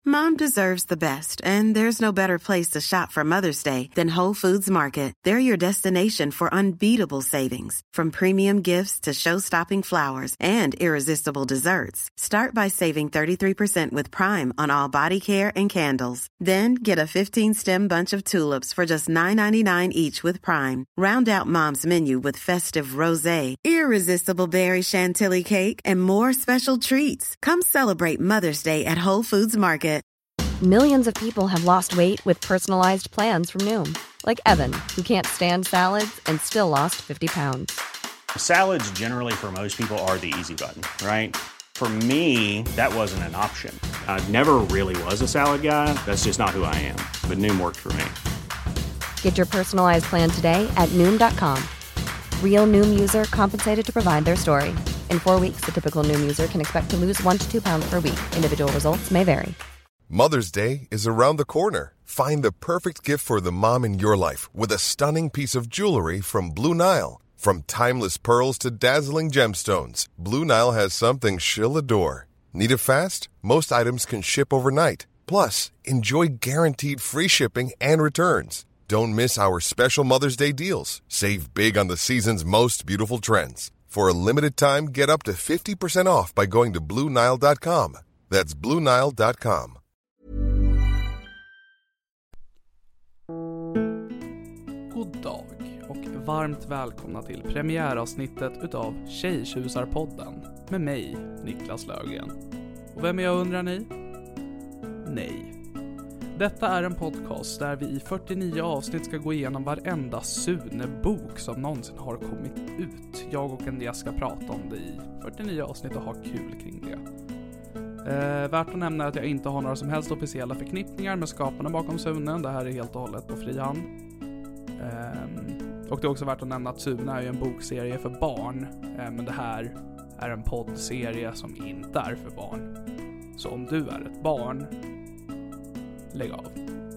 Mom deserves the best, and there's no better place to shop for Mother's Day than Whole Foods Market. They're your destination for unbeatable savings, from premium gifts to show-stopping flowers and irresistible desserts. Start by saving 33% with Prime on all body care and candles. Then get a 15-stem bunch of tulips for just $9.99 each with Prime. Round out Mom's menu with festive rosé, irresistible berry chantilly cake, and more special treats. Come celebrate Mother's Day at Whole Foods Market. Millions of people have lost weight with personalized plans from Noom. Like Evan, who can't stand salads and still lost 50 pounds. Salads generally for most people are the easy button, right? For me, that wasn't an option. I never really was a salad guy. That's just not who I am. But Noom worked for me. Get your personalized plan today at Noom.com. Real Noom user compensated to provide their story. In 4 weeks, the typical Noom user can expect to lose 1 to 2 pounds per week. Individual results may vary. Mother's Day is around the corner. Find the perfect gift for the mom in your life with a stunning piece of jewelry from Blue Nile. From timeless pearls to dazzling gemstones, Blue Nile has something she'll adore. Need it fast? Most items can ship overnight. Plus, enjoy guaranteed free shipping and returns. Don't miss our special Mother's Day deals. Save big on the season's most beautiful trends. For a limited time, get up to 50% off by going to BlueNile.com. That's BlueNile.com. God dag och varmt välkomna till premiäravsnittet utav Tjejtjusarpodden med mig, Niklas Löfgren. Och vem är jag, undrar ni? Nej. Detta är en podcast där vi i 49 avsnitt ska gå igenom varenda Sune-bok som någonsin har kommit ut. Jag och en gäst ska prata om det i 49 avsnitt och ha kul kring det. Värt att nämna att jag inte har några som helst officiella förknippningar med skaparna bakom Sune. Det här är helt och hållet på fri hand. Och det är också värt att nämna att Sune är ju en bokserie för barn. Men det här är en poddserie som inte är för barn. Så om du är ett barn, lägg av.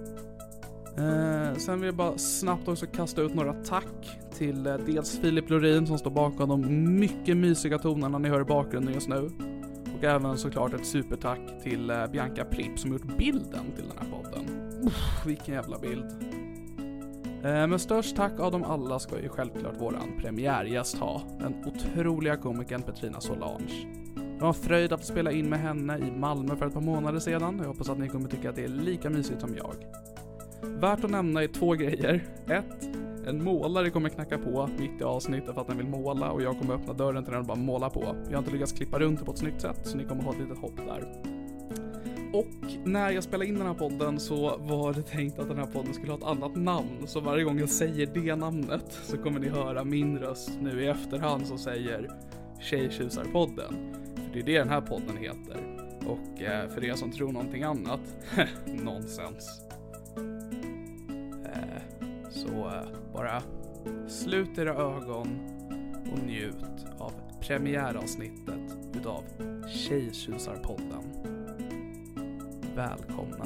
Sen vill jag bara snabbt också kasta ut några tack till dels Filip Lorin som står bakom de mycket mysiga tonerna ni hör i bakgrunden just nu. Och även såklart ett supertack till Bianca Pripp som gjort bilden till den här podden. Vilken jävla bild. Men störst tack av dem alla ska ju självklart våran premiärgäst ha. Den otroliga komikern Petrina Solange. Det var fröjd att spela in med henne i Malmö för ett par månader sedan. Jag hoppas att ni kommer tycka att det är lika mysigt som jag. Värt att nämna är 2 grejer. 1. En målare kommer knacka på mitt i avsnittet för att den vill måla. Och jag kommer öppna dörren till den och bara måla på. Jag har inte lyckats klippa runt det på ett snyggt sätt. Så ni kommer ha ett litet hopp där. Och när jag spelade in den här podden så var det tänkt att den här podden skulle ha ett annat namn. Så varje gång jag säger det namnet så kommer ni höra min röst nu i efterhand som säger Tjejtjusarpodden. För det är det den här podden heter. Och för er som tror någonting annat, nonsens. Så bara slut era ögon och njut av premiäravsnittet utav Tjejtjusarpodden. Välkomna.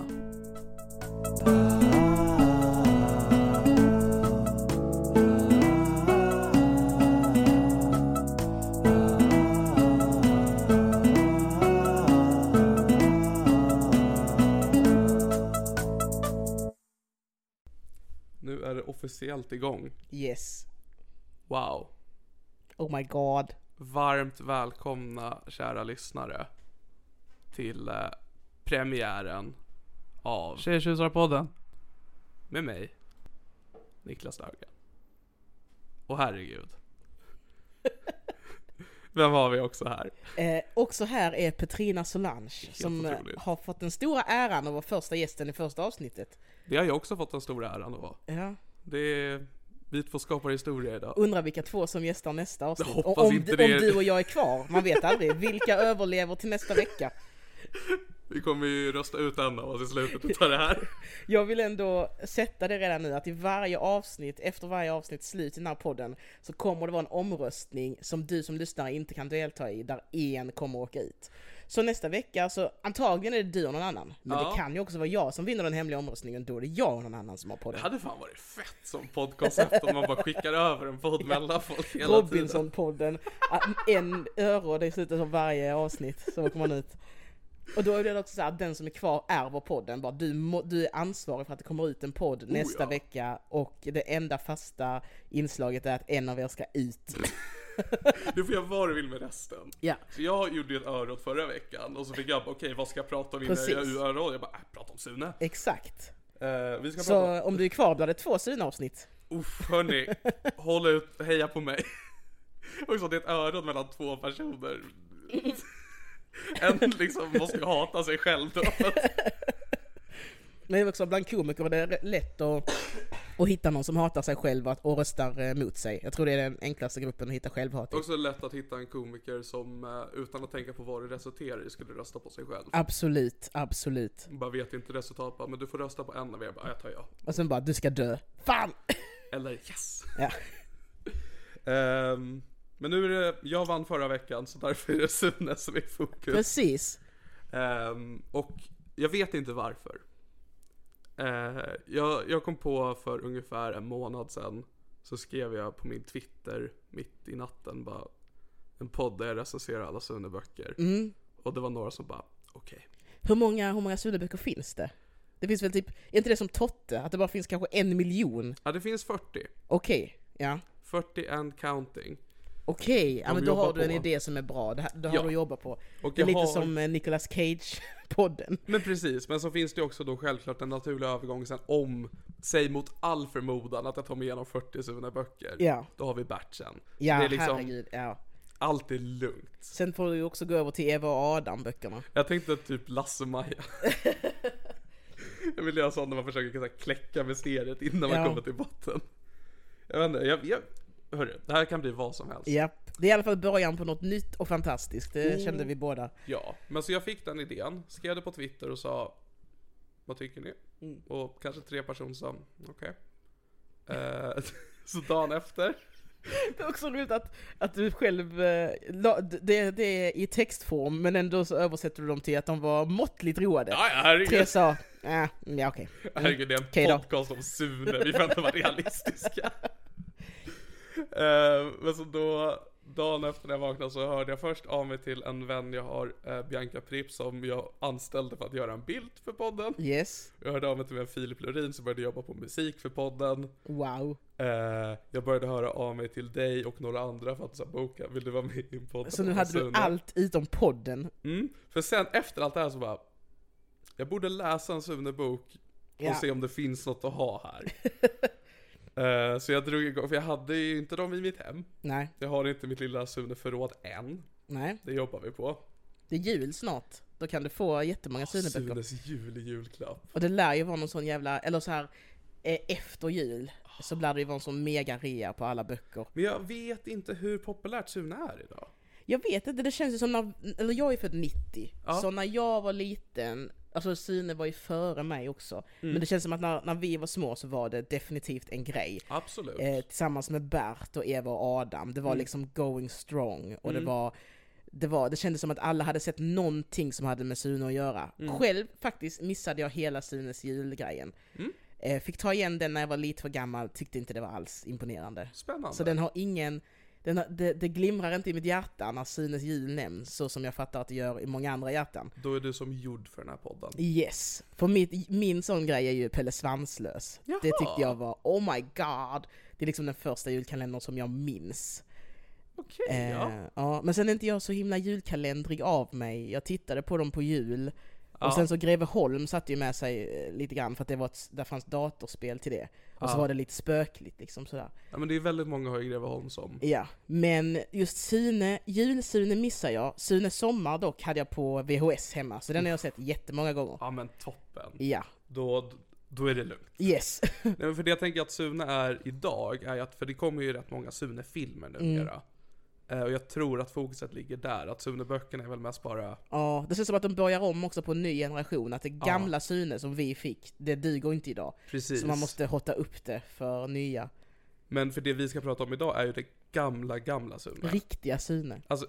Nu är det officiellt igång. Yes. Wow. Oh my god. Varmt välkomna kära lyssnare till premiären av Tjejtjusarpodden med mig, Niklas Löfgren. Och herregud. Vem har vi också här? Också här är Petrina Solange som har fått den stora äran att vara första gästen i första avsnittet. Det har jag också fått den stora äran att vara. Ja. Det är vi två skapar historia idag. Undrar vilka 2 som gästar nästa avsnitt. Om du och jag är kvar. Man vet aldrig. Vilka överlever till nästa vecka? Vi kommer ju rösta ut en av oss i slutet av det här. Jag vill ändå sätta det redan nu att i varje avsnitt, efter varje avsnitt slut i den här podden, så kommer det vara en omröstning som du som lyssnare inte kan delta i, där en kommer åka ut. Så nästa vecka, så antagligen är det du och någon annan. Men det kan ju också vara jag som vinner den hemliga omröstningen. Då är det jag och någon annan som har podden. Det hade fan varit fett som podcastkoncept om man bara skickar över en podd mellan folk hela Robinson-podden. En öre i slutet av varje avsnitt, så kommer man ut. Och då är det också så här, den som är kvar är vår podden. Bara, du är ansvarig för att det kommer ut en podd nästa vecka. Och det enda fasta inslaget är att en av er ska ut. Du får göra vad du vill med resten. Ja. Så jag gjorde ju ett öråd förra veckan. Och så fick jag bara, okej, vad ska jag prata om innan jag gör öråd? Jag bara, prata om Sune. Exakt. Vi ska så prata om du är kvar blir det 2 Sune-avsnitt. Hörni, håll ut, heja på mig. Och så det är ett öråd mellan 2 personer. En liksom måste hata sig själv då. Men också bland komiker det är lätt att hitta någon som hatar sig själv och röstar mot sig. Jag tror det är den enklaste gruppen att hitta självhat. Det är också lätt att hitta en komiker som utan att tänka på vad det resulterar i skulle rösta på sig själv. Absolut. Bara vet inte resultat, men du får rösta på en av er. Bara, jag tar jag. Och sen bara, du ska dö. Fan! Eller yes! Ja. Men nu är det, jag vann förra veckan, så därför är det Sune som är i fokus. Precis. Och jag vet inte varför. Jag kom på för ungefär en månad sedan, så skrev jag på min Twitter mitt i natten bara en podd där jag recenserar alla Sune-böcker. Och det var några som bara, okej. Hur många Sune-böcker finns det? Det finns väl typ, är inte det som Totte? Att det bara finns kanske 1 miljon? Ja, det finns 40. Okej, ja. 40 and counting. Okej, ja, men då har du en idé som är bra. Det har du att jobba på. Och det är lite som Nicolas Cage-podden. Men precis, men så finns det också då självklart en naturlig övergång sen om, säg mot all förmodan att jag tar mig igenom 40 Sune-böcker. Ja. Då har vi batchen. Ja, det är liksom, herregud, ja. Allt är lugnt. Sen får du ju också gå över till Eva och Adam-böckerna. Jag tänkte typ Lasse-Maja. Jag vill göra sånt när man försöker så här, kläcka mysteriet innan man kommer till botten. Jag vet inte, hörru, det här kan bli vad som helst. Japp, det är i alla fall början på något nytt och fantastiskt. Det kände vi båda. Ja, men så jag fick den idén, skrev det på Twitter och sa, vad tycker ni? Och kanske 3 personer sa, okej. Så dagen efter. Det är också roligt att du själv, det är i textform, men ändå så översätter du dem till att de var måttligt roade. Ja, herregud. 3 sa, ja okej. Herregud, det är en podcast om Sune, vi får inte vara realistiska. Men så då, dagen efter när jag vaknade så hörde jag först av mig till en vän jag har, Bianca Pripp, som jag anställde för att göra en bild för podden. Yes. Jag hörde av mig till en Filip Lorin som började jobba på musik för podden. Wow. Jag började höra av mig till dig och några andra för att så boka, vill du vara med i en podd? Så nu hade du allt utom podden. För sen efter allt det här så bara, jag borde läsa en Sune-bok och se om det finns något att ha här. Så jag drog igång, för jag hade ju inte dem i mitt hem. Nej. Jag har inte mitt lilla Sune-förråd än. Nej. Det jobbar vi på. Det är jul snart. Då kan du få jättemånga Sune-böcker. Sunes julklapp. Och det lär ju vara någon sån jävla, eller så här efter jul så lär det ju vara en sån mega rea på alla böcker. Men jag vet inte hur populärt Sune är idag. Jag vet inte, det känns ju som eller jag är född 90. Så när jag var liten, alltså Sune var ju före mig också. Men det känns som att när vi var små så var det definitivt en grej. Absolut. Tillsammans med Bert och Eva och Adam. Det var liksom going strong. Och det kändes som att alla hade sett någonting som hade med Sune att göra. Själv faktiskt missade jag hela Sunes julgrejen. Fick ta igen den när jag var lite för gammal. Tyckte inte det var alls imponerande. Spännande. Så den har ingen... Det glimrar inte i mitt hjärta när Sunes jul nämns, så som jag fattar att det gör i många andra hjärtan. Då är du som gjord för den här podden. Yes. För min sån grej är ju Pelle Svanslös. Jaha. Det tyckte jag var, oh my god. Det är liksom den första julkalendern som jag minns. Okej, ja. Men sen är inte jag så himla julkalendrig av mig. Jag tittade på dem på jul. Och sen så Greveholm satt ju med sig lite grann för att där fanns datorspel till det. Och så var det lite spökligt liksom sådär. Ja, men det är väldigt många har ju Greveholm som. Ja, men just Sune, julsune missar jag. Sune sommar dock hade jag på VHS hemma. Så den har jag sett jättemånga gånger. Ja, men toppen. Ja. Då är det lugnt. Yes. Nej, men för det jag tänker att Sune är idag är att, för det kommer ju rätt många Sune-filmer numera. Och jag tror att fokuset ligger där. Att Sune-böckerna är väl mest bara... Ja, det ser som att de börjar om också på en ny generation. Att det gamla Sune som vi fick, det duger inte idag. Precis. Så man måste hotta upp det för nya. Men för det vi ska prata om idag är ju det gamla Sune. Riktiga Sune. Alltså,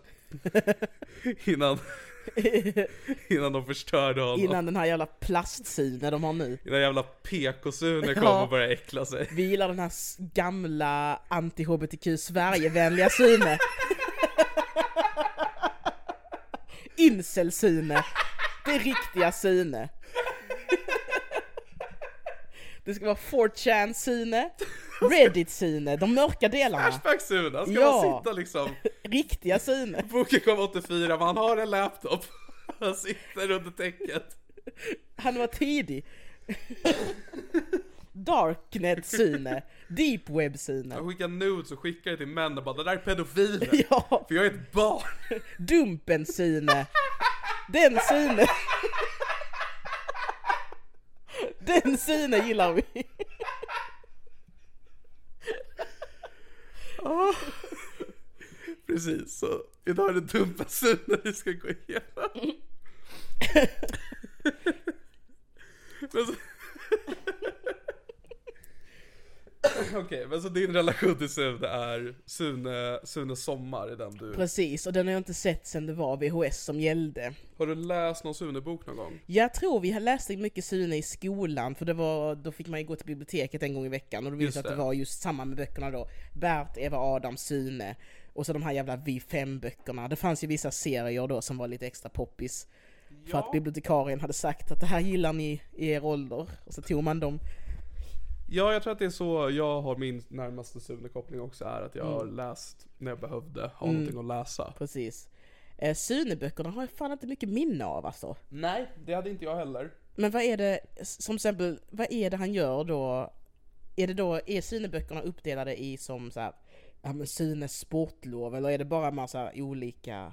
innan de förstörde honom. Innan den här jävla plastsune de har nu. Innan jävla PK-Sune kom och började äckla sig. Vi gillar den här gamla anti-HBTQ Sverige-vänliga Sune. Incel-Sune. Det är riktiga Sune. Det ska vara 4chan Sune, Reddit Sune, de mörka delarna. Flashback Sune, ska man sitta liksom. Riktiga Sune. Boken kom 84, men han har en laptop. Han sitter under täcket. Han var tidig. Darknet Sune, Deep Web Sune. Han skickar nudes och skickar det till män och bara, det där är pedofiler. Ja. För jag är ett barn. Dumpen Sune. Den Sune. Den Sune gillar vi. Precis, så idag är det dumpa Sune vi ska gå igenom. Men så... Okej, men så din relation till Sune är Sune Sommar i den du... Precis, och den har jag inte sett sen det var VHS som gällde. Har du läst någon Sune-bok någon gång? Jag tror vi har läst mycket Sune i skolan, för då fick man ju gå till biblioteket en gång i veckan, och då visste att det var just samma med böckerna då. Bert, Eva, Adam, Sune, och så de här jävla V5-böckerna. Det fanns ju vissa serier då som var lite extra poppis. För att bibliotekarien hade sagt att det här gillar ni i er ålder, och så tog man dem. Ja, jag tror att det är så jag har min närmaste Sune-koppling också, är att jag har läst när jag behövde ha någonting att läsa. Precis. Sune-böckerna har jag fan inte mycket minne av alltså. Nej, det hade inte jag heller. Men vad är det, som exempel, vad är det han gör då? Är Sune-böckerna uppdelade i som så här, ja men Sunes sportlov, eller är det bara massa olika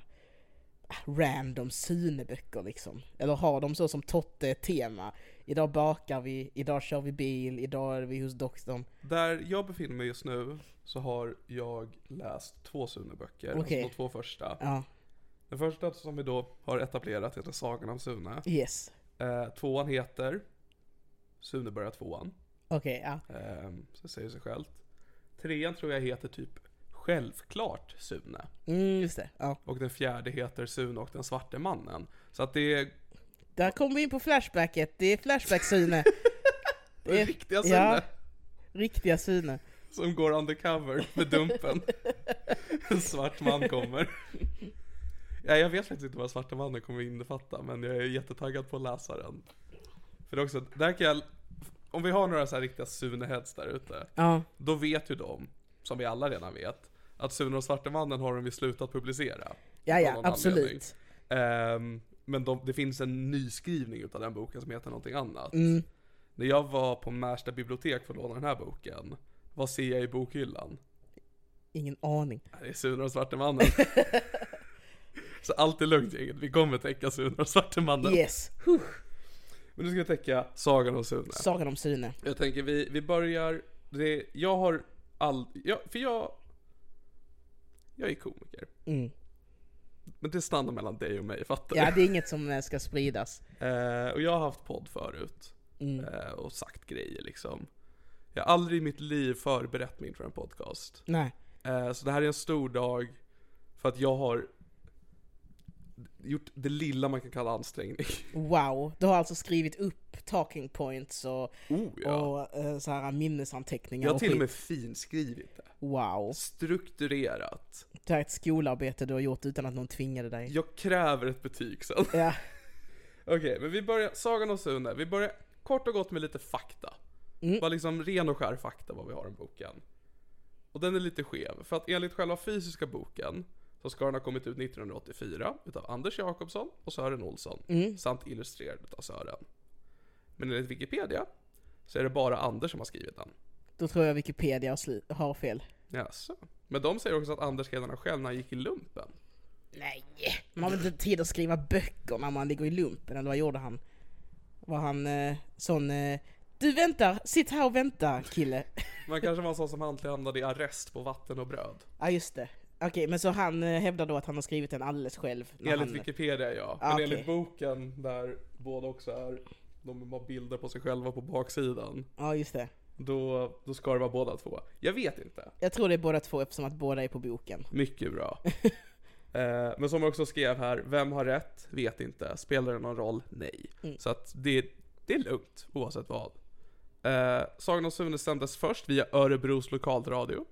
random Sune-böcker liksom? Eller har de så som Totte-tema? Idag bakar vi, idag kör vi bil, idag är vi hos doktorn. Där jag befinner mig just nu så har jag läst 2 Sune-böcker. Okej. De 2 första. Ja. Den första som vi då har etablerat heter Sagan om Sune. Yes. 2an heter Sune börjar 2an. Okej, ja. Så säger sig självt. 3an tror jag heter typ Självklart Sune. Just det, ja. Och den 4:e heter Sune och den svarte mannen. Så att det är... Där kommer vi in på flashbacket. Det är flashback-Sune. Det är riktiga Sune. Ja, riktiga Sune. Som går undercover med Dumpen. En svart man kommer. Ja, jag vet faktiskt inte vad svarta mannen kommer innefatta, men jag är jättetaggad på att läsa den. För det är också, där kan jag... Om vi har några så här riktiga Sune-heads där ute, då vet ju de, som vi alla redan vet, att Sune och svarta mannen har de ju slutat publicera. Ja, absolut. Men det finns en nyskrivning utav den boken som heter någonting annat. När jag var på Märsta bibliotek för att låna den här boken, vad ser jag i bokhyllan? Ingen aning. Det är Sune och svarte mannen. Så allt är lugnt, gänget. Vi kommer täcka Sune och svarte mannen. Yes. Men nu ska vi täcka Sagan om Sune. Sagan om Sune. Jag tänker vi börjar jag är komiker. Men det stannar mellan dig och mig, fattar du? Ja, det är inget som ska spridas. Och jag har haft podd förut. Och sagt grejer liksom. Jag har aldrig i mitt liv förberett mig inför en podcast. Nej. Så det här är en stor dag. För att jag har gjort det lilla man kan kalla ansträngning. Wow, du har alltså skrivit upp talking points och så här minnesanteckningar. Jag har till och med finskrivit det. Wow. Strukturerat. Det här är ett skolarbete du har gjort utan att någon tvingade dig. Jag kräver ett betyg sen. Ja. Okej, men vi börjar Sagan om Sune. Vi börjar kort och gott med lite fakta. Bara liksom ren och skär fakta vad vi har i boken. Och den är lite skev. För att enligt själva fysiska boken så ska den ha kommit ut 1984 utav Anders Jakobsson och Sören Olsson. Samt illustrerad utav Sören. Men enligt Wikipedia så är det bara Anders som har skrivit den. Då tror jag Wikipedia har fel. Jaså. Men de säger också att Anders skrev den själv när han gick i lumpen. Nej, man har väl inte tid att skriva böcker när man ligger i lumpen. Eller vad gjorde han? Var han sån... Du väntar, sitt här och vänta, kille. Man kanske var en sån som alltid hamnade i arrest på vatten och bröd. Ja, just det. Okej, men så han hävdar då att han har skrivit den alldeles själv. Enligt Wikipedia, ja. Men enligt boken där båda också är... De har bilder på sig själva på baksidan. Ja, just det. Då ska det vara båda två. Jag vet inte. Jag tror det är båda två eftersom att båda är på boken. Mycket bra. Men som jag också skrev här, vem har rätt? Vet inte. Spelar det någon roll? Nej. Så att det är lugnt oavsett vad. Sagan om Sune sändes först via Örebros lokalradio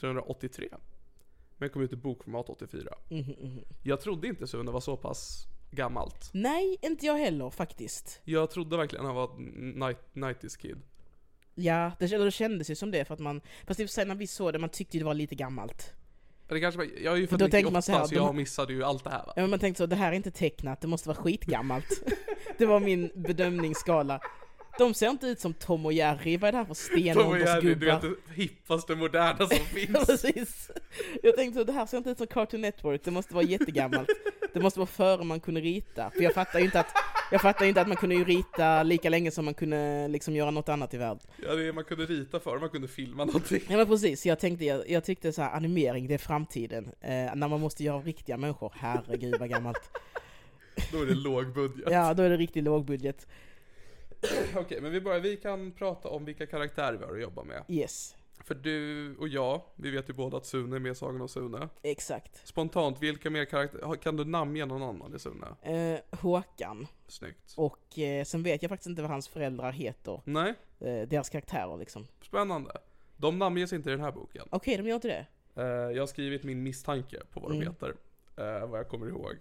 1983. Men kom ut i bokformat 84. Jag trodde inte Sune var så pass gammalt. Nej, inte jag heller faktiskt. Jag trodde verkligen han var 90s kid. Ja, det kändes ju som det för att man... Fast i och för sig när vi såg det, man tyckte det var lite gammalt. Det kanske, jag är ju Då född tänker man 98 så så, här, jag missade ju allt det här va? Ja, men man tänkte så, det här är inte tecknat, det måste vara skitgammalt. Det var min bedömningsskala. De ser inte ut som Tom och Jerry, vad är det här för stenåldersgubbar? Du vet det hippaste moderna som finns. Precis. Jag tänkte så, det här ser inte ut som Cartoon Network, det måste vara jättegammalt. Det måste vara före man kunde rita. För jag fattar ju inte att man kunde ju rita lika länge som man kunde liksom göra något annat i världen. Ja, det är, man kunde rita för, man kunde filma någonting. Ja men precis, jag tyckte så här, animering, det är framtiden. När man måste göra riktiga människor, herregud vad gammalt. Då är det låg budget. Ja, då är det riktigt låg budget. Okej, men vi kan prata om vilka karaktärer vi har att jobba med. Yes. För du och jag, vi vet ju båda att Sune är med i Sagan om Sune. Exakt. Spontant, vilka mer karaktärer, kan du namnge någon annan i Sune? Håkan. Snyggt. Och sen vet jag faktiskt inte vad hans föräldrar heter. Nej. Deras karaktärer liksom. Spännande. De namnges inte i den här boken. Okej, de gör inte det. Jag har skrivit min misstanke på vad de heter. Vad jag kommer ihåg.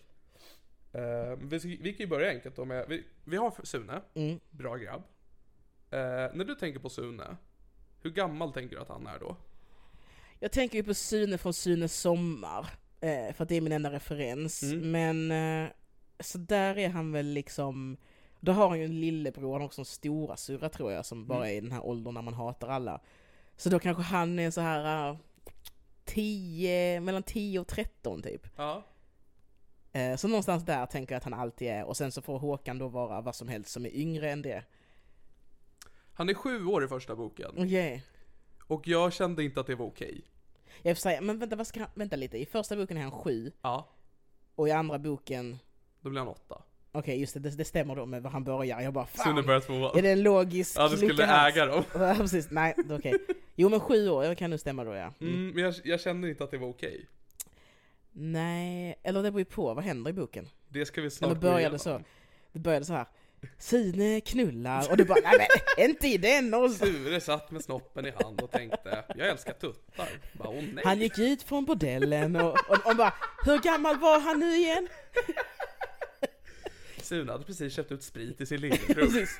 Vi kan ju börja enkelt då med, vi har Sune. Bra grabb. När du tänker på Sune, hur gammal tänker du att han är då? Jag tänker ju på Sune från Sunes sommar. För att det är min enda referens. Men så där är han väl liksom... Då har han ju en lillebror, han har också en stora syrra tror jag, som bara är i den här åldern när man hatar alla. Så då kanske han är så här 10, mellan 10 och 13 typ. Ja. Så någonstans där tänker jag att han alltid är. Och sen så får Håkan då vara vad som helst som är yngre än det. Han är 7 år i första boken. Okej. Och jag kände inte att det var okej. Jag får säga, men vänta lite. I första boken är han 7. Ja. Och i andra boken... Då blir han 8. Okej, just det stämmer då med vad han börjar. Jag bara, fan, Sune börjar 2. är det en logisk Ja, du skulle äga dem. Ja, precis. Nej, okej. Jo, men 7 år, jag kan nu stämma då, ja. Men jag kände inte att det var okej. Nej, eller det beror ju på. Vad händer i boken? Det ska vi snart eller började så. Det började så här. Sune knullar. Och du bara, nej men, inte i den åldern. Sure satt med snoppen i hand och tänkte, jag älskar tuttar. Bara, åh nej. Han gick ut från bordellen och bara, hur gammal var han nu igen? Sune hade precis köpt ut sprit i sin lillebror. Precis.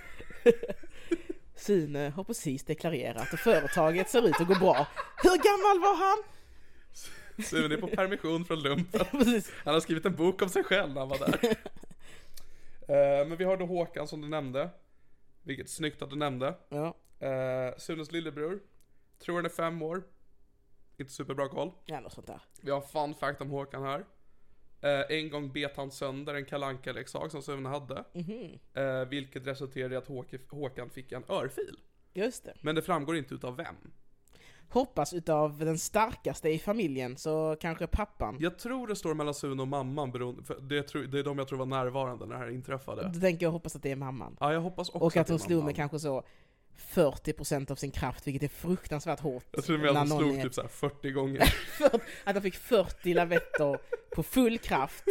Sune har precis deklarerat och företaget ser ut att gå bra. Hur gammal var han? Sune är på permission från lumpen. Precis. Han har skrivit en bok om sig själv när han var där. Men vi har då Håkan som du nämnde. Vilket snyggt att du nämnde. Ja. Sunes lillebror. Tror han är 5 år. Inte superbra koll. Ja, något sånt där. Vi har fun fact om Håkan här. En gång bet han sönder en Kalle Anka-leksak som Sune hade. Vilket resulterade i att Håkan fick en örfil. Just det. Men det framgår inte utav vem. Hoppas utav den starkaste i familjen, så kanske pappan. Jag tror det står mellan Sune och mamman, för det är de jag tror var närvarande när det här inträffade. Då tänker jag hoppas att det är mamman. Ja, jag hoppas också. Och att hon slog med kanske så 40% av sin kraft, vilket är fruktansvärt hårt. Jag tror att hon slog typ så här 40 gånger. Att han fick 40 lavetter på full kraft.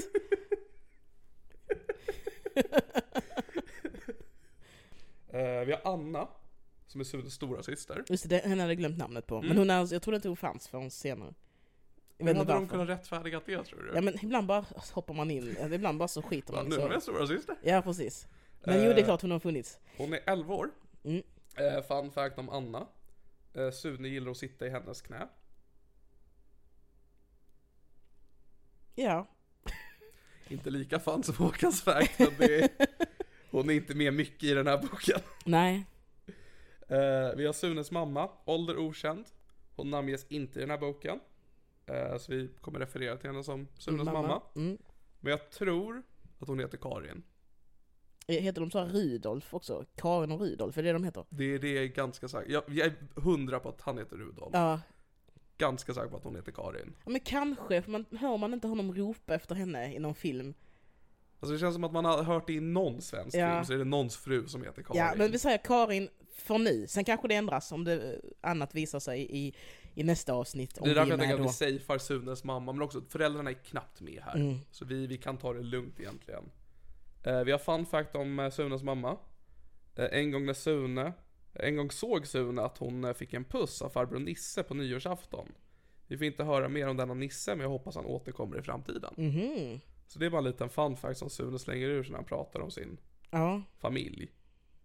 Vi har Anna, som är Sunes stora syster. Just det, henne hade jag glömt namnet på. Men jag trodde inte hon fanns förrän senare. Men hade de kunnat rättfärdiga det, tror du? Ja, men ibland bara hoppar man in. Ibland bara så skiter man. Nu är jag stora syster. Ja, precis. Men jo, det är klart hon har funnits. Hon är 11 år. Fun fact om Anna. Sune gillar att sitta i hennes knä. Ja. Inte lika fun som Håkans fact, men hon är inte med mycket i den här boken. Nej. Vi har Sunes mamma, ålder okänd. Hon namnges inte i den här boken. Så vi kommer referera till henne som Sunes mamma. Men jag tror att hon heter Karin. Heter de så Rudolf också? Karin och Rudolf, är det de heter? Det är ganska säkert. Jag är 100 på att han heter Rudolf. Ja. Ganska säker på att hon heter Karin. Ja, men kanske, för hör man inte honom ropa efter henne i någon film. Alltså det känns som att man har hört det i någon svensk film, så är det någons fru som heter Karin. Ja, men vi säger Karin för nu. Sen kanske det ändras om det annat visar sig i nästa avsnitt. Det är därför jag tänker att vi safear Sunes mamma, men också föräldrarna är knappt med här. Så vi kan ta det lugnt egentligen. Vi har fun fact om Sunes mamma. En gång såg Sune att hon fick en puss av farbror Nisse på nyårsafton. Vi får inte höra mer om denna Nisse, men jag hoppas han återkommer i framtiden. Så det är bara en liten fun fact som Sune slänger ur sig när han pratar om sin familj.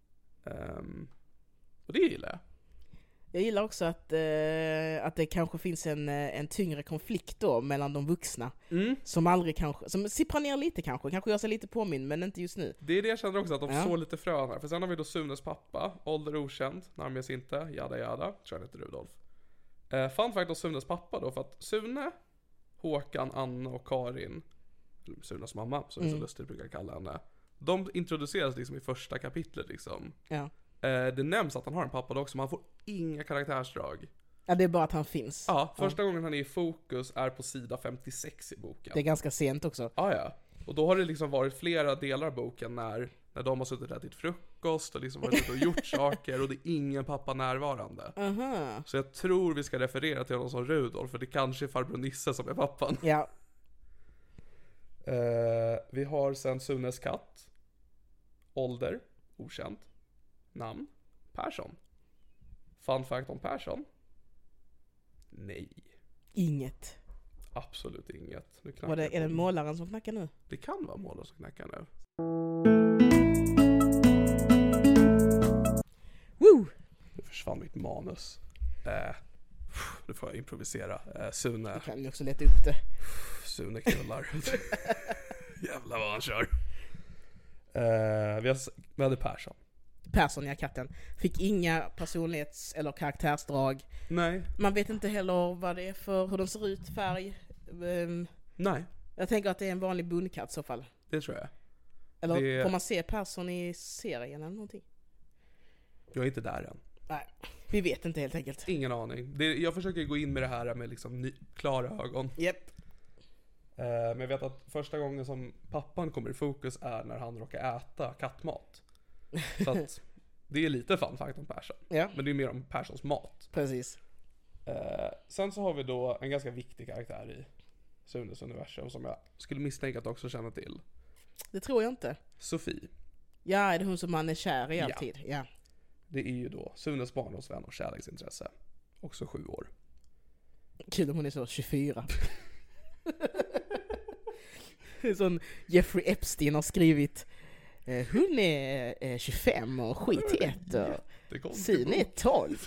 Och det gillar jag. Jag gillar också att det kanske finns en tyngre konflikt då mellan de vuxna. Som aldrig kanske, som sipprar ner lite kanske gör sig lite påminn, men inte just nu. Det är det jag känner också, att de såg lite frön här. För sen har vi då Sunes pappa, ålder okänd, namnges inte, jada, tror han heter Rudolf. Fun fact om Sunes pappa då, för att Sune, Håkan, Anna och Karin, Sunes mamma, som vi så lustigt brukar kalla henne, de introduceras liksom i första kapitlet liksom. Ja. Det nämns att han har en pappa då också, men han får inga karaktärsdrag. Ja, det är bara att han finns. Ja, första gången han är i fokus är på sida 56 i boken. Det är ganska sent också. Ja. Och då har det liksom varit flera delar av boken när de har suttit och ätit frukost och liksom varit ute och gjort saker och det är ingen pappa närvarande. Så jag tror vi ska referera till honom som Rudolf, för det kanske är farbror Nisse som är pappan. Ja. Vi har sen Sunes katt. Ålder, okänd. Namn, Persson. Fun fact om Persson. Nej. Inget. Absolut inget. Är det målaren som knackar nu? Det kan vara målaren som knackar nu. Woo! Nu försvann mitt manus. Nu får jag improvisera. Sune. Du kan ju också leta upp det. Sune knullar. Jävlar vad han kör. Vi hade Persson. Persson, katten. Fick inga personlighets- eller karaktärsdrag. Nej. Man vet inte heller vad det är för, hur de ser ut, färg. Nej. Jag tänker att det är en vanlig bondkatt i så fall. Det tror jag. Eller får man se Persson i serien eller någonting? Jag är inte där än. Nej, vi vet inte helt enkelt. Ingen aning. Jag försöker gå in med det här med liksom klara ögon. Japp. Men jag vet att första gången som pappan kommer i fokus är när han råkar äta kattmat. Så att det är lite fun fact om Persson. Ja. Men det är mer om Perssons mat. Precis. Sen så har vi då en ganska viktig karaktär i Sunes universum som jag skulle misstänka att också känna till. Det tror jag inte. Sofie. Ja, är det hon som man är kär i alltid? Ja. Det är ju då Sunes barndomsvän och kärleksintresse. Också 7 år. Kul om hon är så 24. Sån Jeffrey Epstein har skrivit hon är 25 och skit i ett och Sune är 12.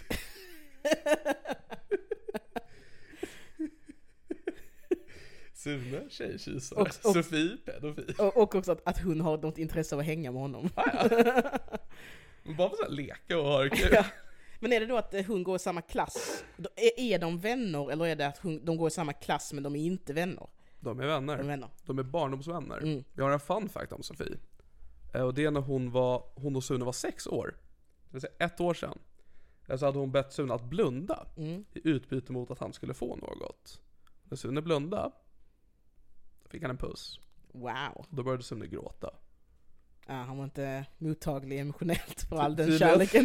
Sune, tjejkysare. Sofie, pedofil. Och också att hon har något intresse av att hänga med honom. Bara för att leka och ha det kul. Ja. Men är det då att hon går i samma klass? Är de vänner, eller är det att de går i samma klass men de är inte vänner? De är vänner. De är barndomsvänner. Vi har en fun fact om Sofie. Och det är när hon och Sune var 6 år. Det vill säga 1 år sedan. Så hade hon bett Sune att blunda i utbyte mot att han skulle få något. När Sune blundade, då fick han en puss. Wow. Då började Sune gråta. Ja, han var inte mottaglig emotionellt för all den kärleken.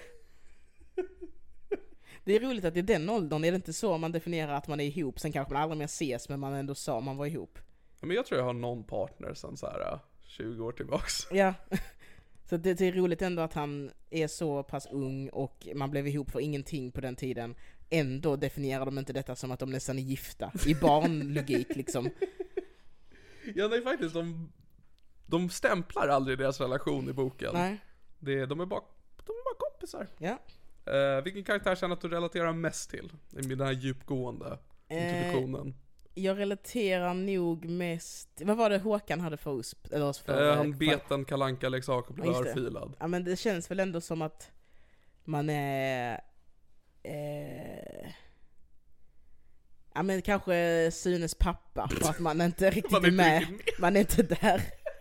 Det är roligt att i den åldern är det inte så man definierar att man är ihop. Sen kanske man aldrig mer ses, men man ändå sa man var ihop. Ja, men jag tror jag har någon partner sen så här 20 år tillbaks. Ja, så det är roligt ändå att han är så pass ung och man blev ihop för ingenting på den tiden. Ändå definierar de inte detta som att de nästan är gifta. I barnlogik liksom. Ja, nej faktiskt. De stämplar aldrig deras relation i boken. Nej. De är bara kompisar. Ja. Vilken karaktär känner att du relaterar mest till i den här djupgående introduktionen? Jag relaterar nog mest... Vad var det Håkan hade för USP? Han bet en Kalle Anka-leksak och blev örfilad. Ja, men det känns väl ändå som att man är... ja, men kanske Sunes pappa. För att man inte riktigt är med. Man är inte där.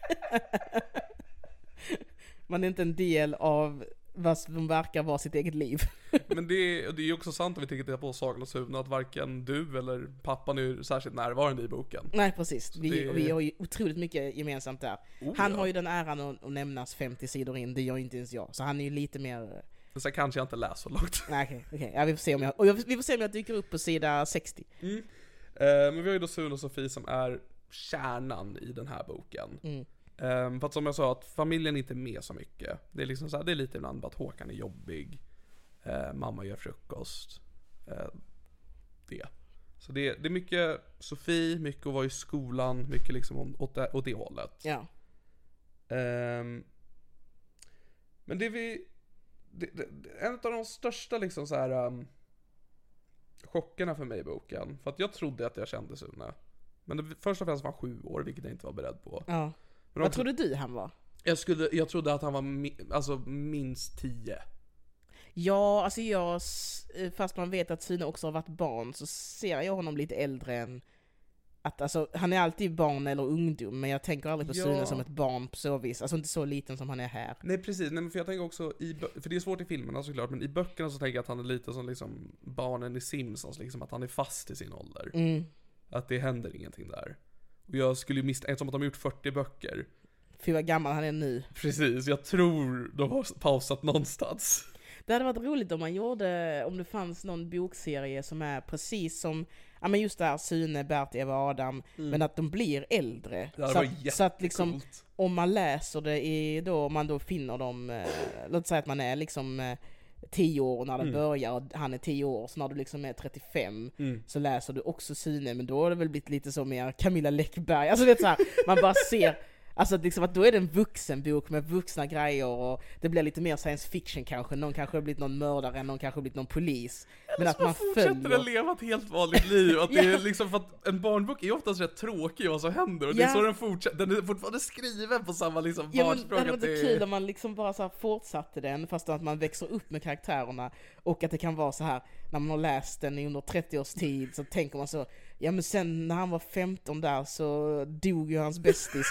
Man är inte en del av vad som verkar vara sitt eget liv. Men det är ju också sant om vi tänker på Sagan och Sune att varken du eller pappan är särskilt närvarande i boken. Nej, precis. Vi har ju otroligt mycket gemensamt där. Han har ju den äran att nämnas 50 sidor in, det gör inte ens jag. Så han är ju lite mer... Så kanske jag inte läser så långt. Nej, okej. Ja, vi får se om jag dyker upp på sida 60. Men vi har ju då Sune och Sofie som är kärnan i den här boken. För att som jag sa, att familjen inte är med så mycket. Det är liksom så här, det är lite ibland bara att Håkan är jobbig. Mamma gör frukost. Så det är mycket Sofie, mycket att vara i skolan, mycket liksom åt det hållet. Ja. Men en av de största liksom så här chockerna för mig i boken, för att jag trodde att jag kände Sune. Men först och främst var han 7 år, vilket jag inte var beredd på. Ja. Men Vad trodde du han var? Jag trodde att han var minst 10. Ja, alltså fast man vet att Sune också har varit barn, så ser jag honom lite äldre än att, alltså, han är alltid barn eller ungdom, men jag tänker aldrig på Sune som ett barn på så vis. Alltså inte så liten som han är här. Nej, precis. Nej, men för jag tänker också, för det är svårt i filmerna såklart, men i böckerna så tänker jag att han är lite som liksom barnen i Simpsons, liksom, att han är fast i sin ålder. Att det händer ingenting där. Och jag skulle ju misstänka, som att de har gjort 40 böcker. För vad gammal han är nu. Precis, jag tror de har pausat någonstans. Det hade varit roligt om det fanns någon bokserie som är precis som, ja men just det här Sune, Bert, Eva, Adam, men att de blir äldre. Så att liksom, om man läser det om man då finner dem, låt säga att man är liksom 10 år när det börjar och han är 10 år, så när du liksom är 35 så läser du också Sune, men då har det väl blivit lite så mer Camilla Läckberg, alltså det är så här, man bara ser. Alltså liksom att då är det en vuxenbok med vuxna grejer och det blir lite mer science fiction kanske. Någon kanske har blivit någon mördare, någon kanske har blivit någon polis. Men att man fortsätter att leva ett helt vanligt liv. Att det är liksom, för att en barnbok är oftast rätt tråkig vad som händer. Och det är så den fortsätter. Den är fortfarande skriven på samma liksom barnspråk. Det var kul om man liksom bara så här fortsatte den, fast att man växer upp med karaktärerna. Och att det kan vara så här, när man har läst den under 30 års tid, så tänker man så, ja men sen när han var 15 där så dog ju hans bästis.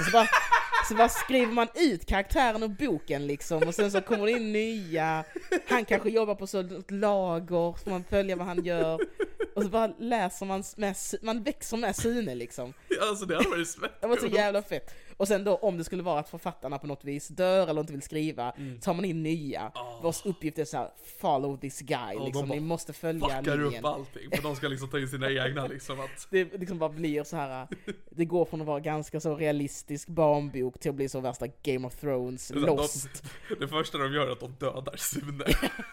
Så bara skriver man ut karaktären och boken liksom, och sen så kommer det in nya. Han kanske jobbar på så lager, så man följer vad han gör. Och så bara läser man växer med Sune liksom. Ja, alltså det hade varit svett. Det var så jävla fett. Och sen då, om det skulle vara att författarna på något vis dör eller inte vill skriva, tar man in nya. Vars uppgift är så här: follow this guy liksom. Ni måste följa linjen. Fuckar upp allting, för de ska liksom ta in sina egna liksom att... Det liksom bara blir så här. Det går från att vara ganska så realistisk barnbok till att bli så värsta Game of Thrones, Lost. Det första de gör är att de dödar Sune.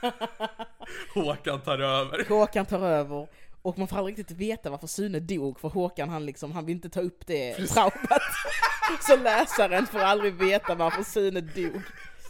Håkan tar över. Och man får aldrig riktigt veta varför Sune dog, för Håkan han vill inte ta upp det traumat. Så läsaren får aldrig veta varför Sune dog.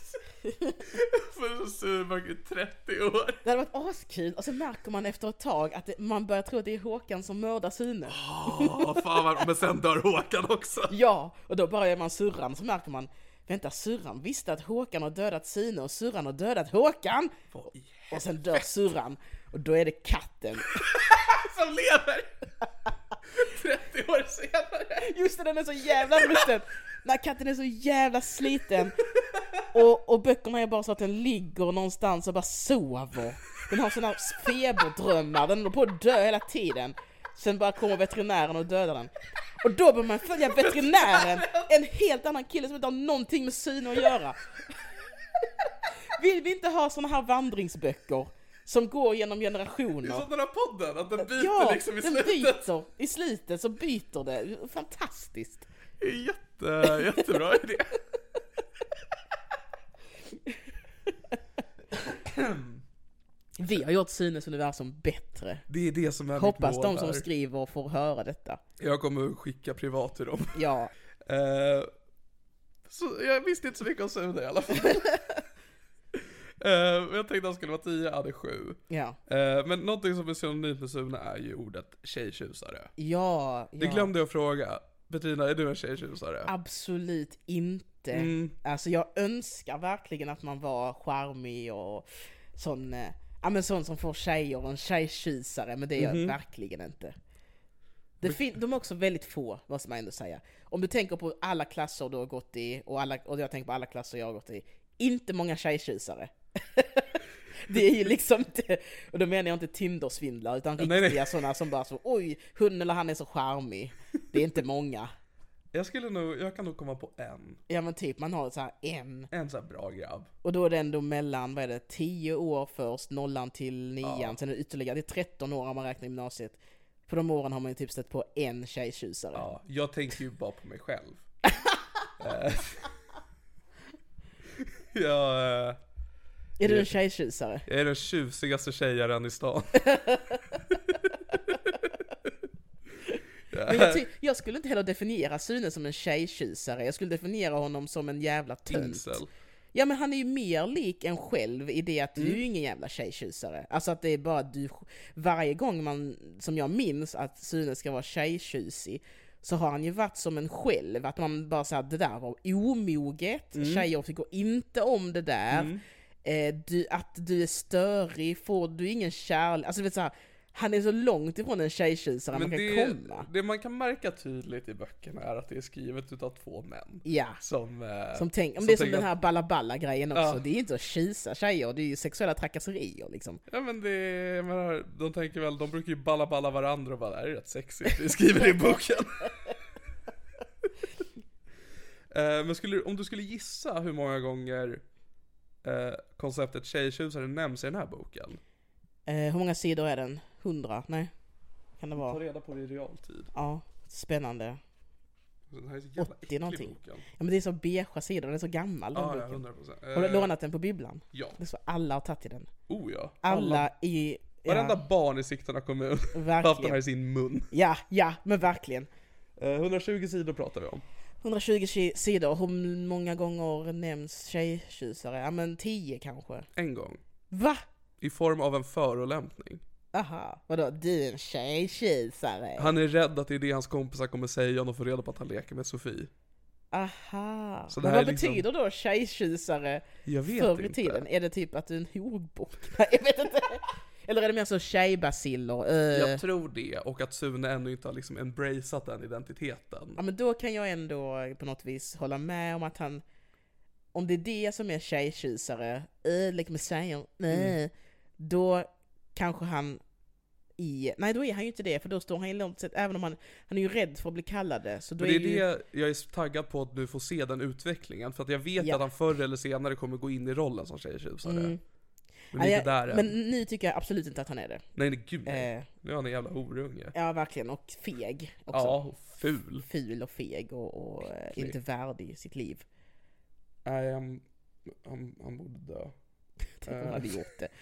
För Sune var 30 år. Det hade varit askul. Och så märker man efter ett tag att man börjar tro att det är Håkan som mördar Sune. Men sen dör Håkan också. Ja, och då börjar man surran, så märker man, vänta, Surran visste att Håkan har dödat Sune och Surran har dödat Håkan. Och sen dör Surran, och då är det katten som lever 30 år senare. Just det, den är så jävla rutten. När katten är så jävla sliten. Och böckerna är bara så att den ligger någonstans och bara sover. Den har såna här feberdrömmar. Den är på att dö hela tiden. Sen bara kommer veterinären och dödar den. Och då bör man följa veterinären, en helt annan kille som inte har någonting med Sune att göra. Vill vi inte ha såna här vandringsböcker som går genom generationer? Det är som den här podden, att den byter liksom i slutet. Byter. I slutet så byter det. Fantastiskt. Jättebra idé. Vi har gjort Sunes universum bättre. Det är det som är hoppas mitt mål de som skriver får höra detta. Jag kommer skicka privat till dem. Ja. Så jag visste inte så mycket om Sune i alla fall. Jag tänkte att han skulle vara 10, jag hade 7. Ja. Men någonting som är synonymt med Sune är ju ordet tjejtjusare. Ja. Det glömde jag fråga. Bettina, är du en tjejtjusare? Absolut inte. Alltså jag önskar verkligen att man var charmig och sån, sån som får tjejer och en tjejtjusare, men det är jag verkligen inte. De är också väldigt få, måste man ändå säga. Om du tänker på alla klasser du har gått i och jag tänker på alla klasser jag har gått i, inte många tjejtjusare. Det är ju liksom inte, och då menar jag inte Tinder-svindlar, utan riktiga sådana som bara så, oj, hon eller han är så charmig. Det är inte många. Jag kan nog komma på en. Ja, men typ man har så här en så här bra grabb. Och då är det ändå mellan 10 år först, 0 till 9, sen är det ytterligare, det är 13 år om man räknar gymnasiet. På de åren har man ju typ stött på en tjejtjusare. Ja, jag tänker ju bara på mig själv. Är du en tjejtjusare? Jag är den tjusigaste tjejaren i stan. Men jag skulle inte heller definiera Sune som en tjejtjusare. Jag skulle definiera honom som en jävla tönt. Incel. Ja, men han är ju mer lik en själv i det att du är ju ingen jävla tjejtjusare. Alltså att det är bara du. Varje gång som jag minns att Sune ska vara tjejtjusig, så har han ju varit som en själv. Att man bara säger det där var omoget. Tjejer tycker inte om det där. Att du är störig, får du ingen kärlek. Alltså vet så här, han är så långt ifrån en tjejtjusare man kan komma. Det man kan märka tydligt i böckerna är att det är skrivet utav 2 män. Ja. Som tänker, det är som den här balla-balla-grejen också. Det är inte att kisa tjejer, det är ju sexuella trakasserier liksom. Ja, men de tänker väl, de brukar ju balla varandra och bara, det är rätt sexigt, det skriver i boken. Men om du skulle gissa hur många gånger konceptet tjejtjusare nämns i den här boken? Hur många sidor är den? 100? Nej. Kan det vara? Ta reda på det i realtid. Ja, spännande. Den här är så jävla 80 någonting. boken. Ja, men det är så beigea sidor, den är så gammal den boken. 100%. Har du lånat den på bibblan? Ja. Det är så alla har tagit i den. Oh ja. Alla i... Varenda barn i Sigtuna kommun har haft den här i sin mun. Ja, men verkligen. 120 sidor pratar vi om. 120 sidor, hur många gånger nämns tjejtjusare? Ja, men 10 kanske. En gång. Va? I form av en förolämpning. Aha, vadå? Du är en tjejtjusare? Han är rädd att det är det hans kompisar kommer säga om de får reda på att han leker med Sofie. Aha. Så men vad betyder då tjejtjusare förr i tiden? Är det typ att du är en horbock? Nej, jag vet inte. Eller är det mer så tjejbaciller? Jag tror det, och att Sune ännu inte har liksom embraceat den identiteten. Ja, men då kan jag ändå på något vis hålla med om att han, om det är det som är tjejtjusare, liksom med tjejer, då kanske han nej, då är han ju inte det, för då står han ju långt sett, även om han är ju rädd för att bli kallad. Så då det är det jag är taggad på, att du får se den utvecklingen, för att jag vet att han förr eller senare kommer gå in i rollen som tjejtjusare. Men nu tycker jag absolut inte att han är det. Nej, gud nej. Nu är han en jävla horunge. Ja, verkligen, och feg också. Ja, och ful. Ful och feg och inte värdig sitt liv. Nej, han borde dö. Han hade gjort det.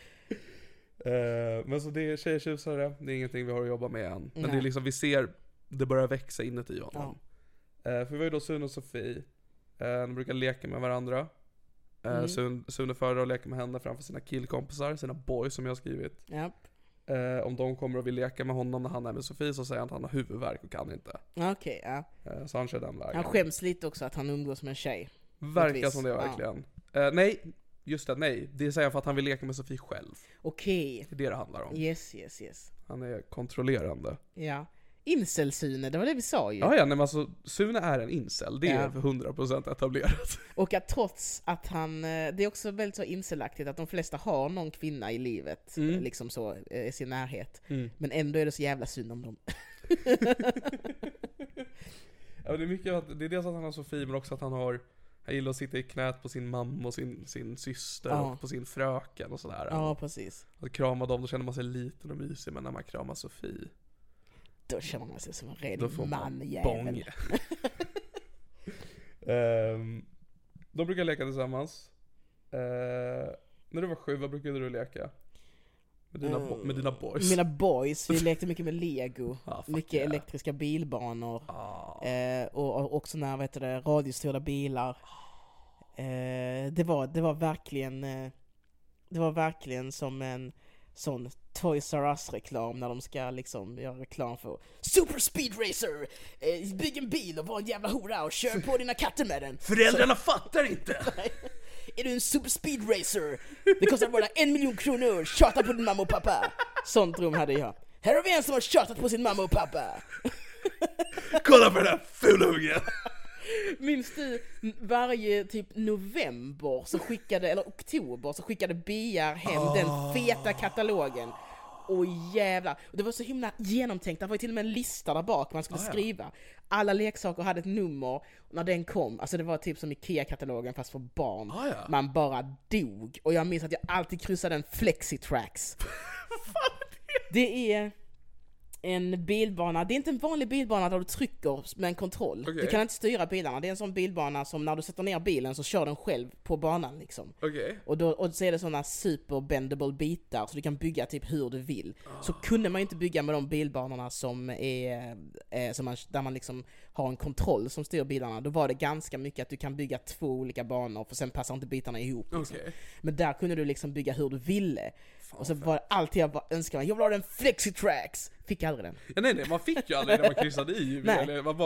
Men så det är tjejtjusare, det är ingenting vi har att jobba med än. Men det är liksom, vi ser det börjar växa inuti honom. För vi var ju då Sune och Sofie. De brukar leka med varandra. Sune föredrar att leka med henne framför sina killkompisar, sina boys som jag har skrivit. Om de kommer och vill leka med honom när han är med Sofie, så säger han att han har huvudvärk och kan inte. Okej, ja. Så han kör den vägen. Han skäms lite också att han umgås med en tjej. Verkar som det verkligen. Nej, just det, nej. Det säger för att han vill leka med Sofie själv. Okej. Det är det handlar om. Yes. Han är kontrollerande. Ja. Incel-Sune, det var det vi sa ju. Ja, nej, men alltså Sune är en incel. Det är för 100% etablerat. Och att trots att han, det är också väldigt så incelaktigt att de flesta har någon kvinna i livet, liksom så, i sin närhet. Men ändå är det så jävla synd om dem. Ja, det är mycket att, det är dels att han har Sofie, men också att han gillar att sitta i knät på sin mamma och sin syster och på sin fröken och sådär. Ja, precis. Och krama dem, då känner man sig liten och mysig, men när man kramar Sofie, då känner man sig som en redig manjävel. De brukar leka tillsammans. När du var 7, vad brukade du leka? Med dina boys? Mina boys, vi lekte mycket med Lego. Mycket elektriska bilbanor. Och också när, radiostyrda bilar. Det var verkligen som en sån Toys R Us-reklam när de ska liksom göra reklam för Super Speed Racer, bygg en bil och var en jävla hora och kör på dina katter med den. Föräldrarna fattar inte! Är du en Super Speed Racer? Det kostar bara 1 miljon kronor, tjata på din mamma och pappa. Sånt rum hade jag. Här har vi en som har tjatat på sin mamma och pappa. Kolla på den här fulungen! Minns du varje typ november så skickade, eller oktober så skickade Biar hem den feta katalogen. Och jävlar, och det var så himla genomtänkt. Det var ju till och med en lista där bak man skulle skriva. Alla leksaker hade ett nummer, och när den kom, alltså det var typ som Ikea-katalogen fast för barn. Man bara dog. Och jag minns att jag alltid kryssade en Flexitrax. Det är en bilbana, det är inte en vanlig bilbana där du trycker med en kontroll. Okay. Du kan inte styra bilarna. Det är en sån bilbana som när du sätter ner bilen så kör den själv på banan liksom. Okay. Och så är det såna super bendable bitar så du kan bygga typ hur du vill. Så kunde man ju inte bygga med de bilbanorna som är där man liksom har en kontroll som styr bilarna. Då var det ganska mycket att du kan bygga 2 olika banor för sen passar inte bitarna ihop liksom. Okay. Men där kunde du liksom bygga hur du ville. Och så var det alltid jag önskade mig, jag vill ha den Flexitrax. Fick aldrig den. Ja, nej, man fick ju aldrig när man kryssade i. Eller, man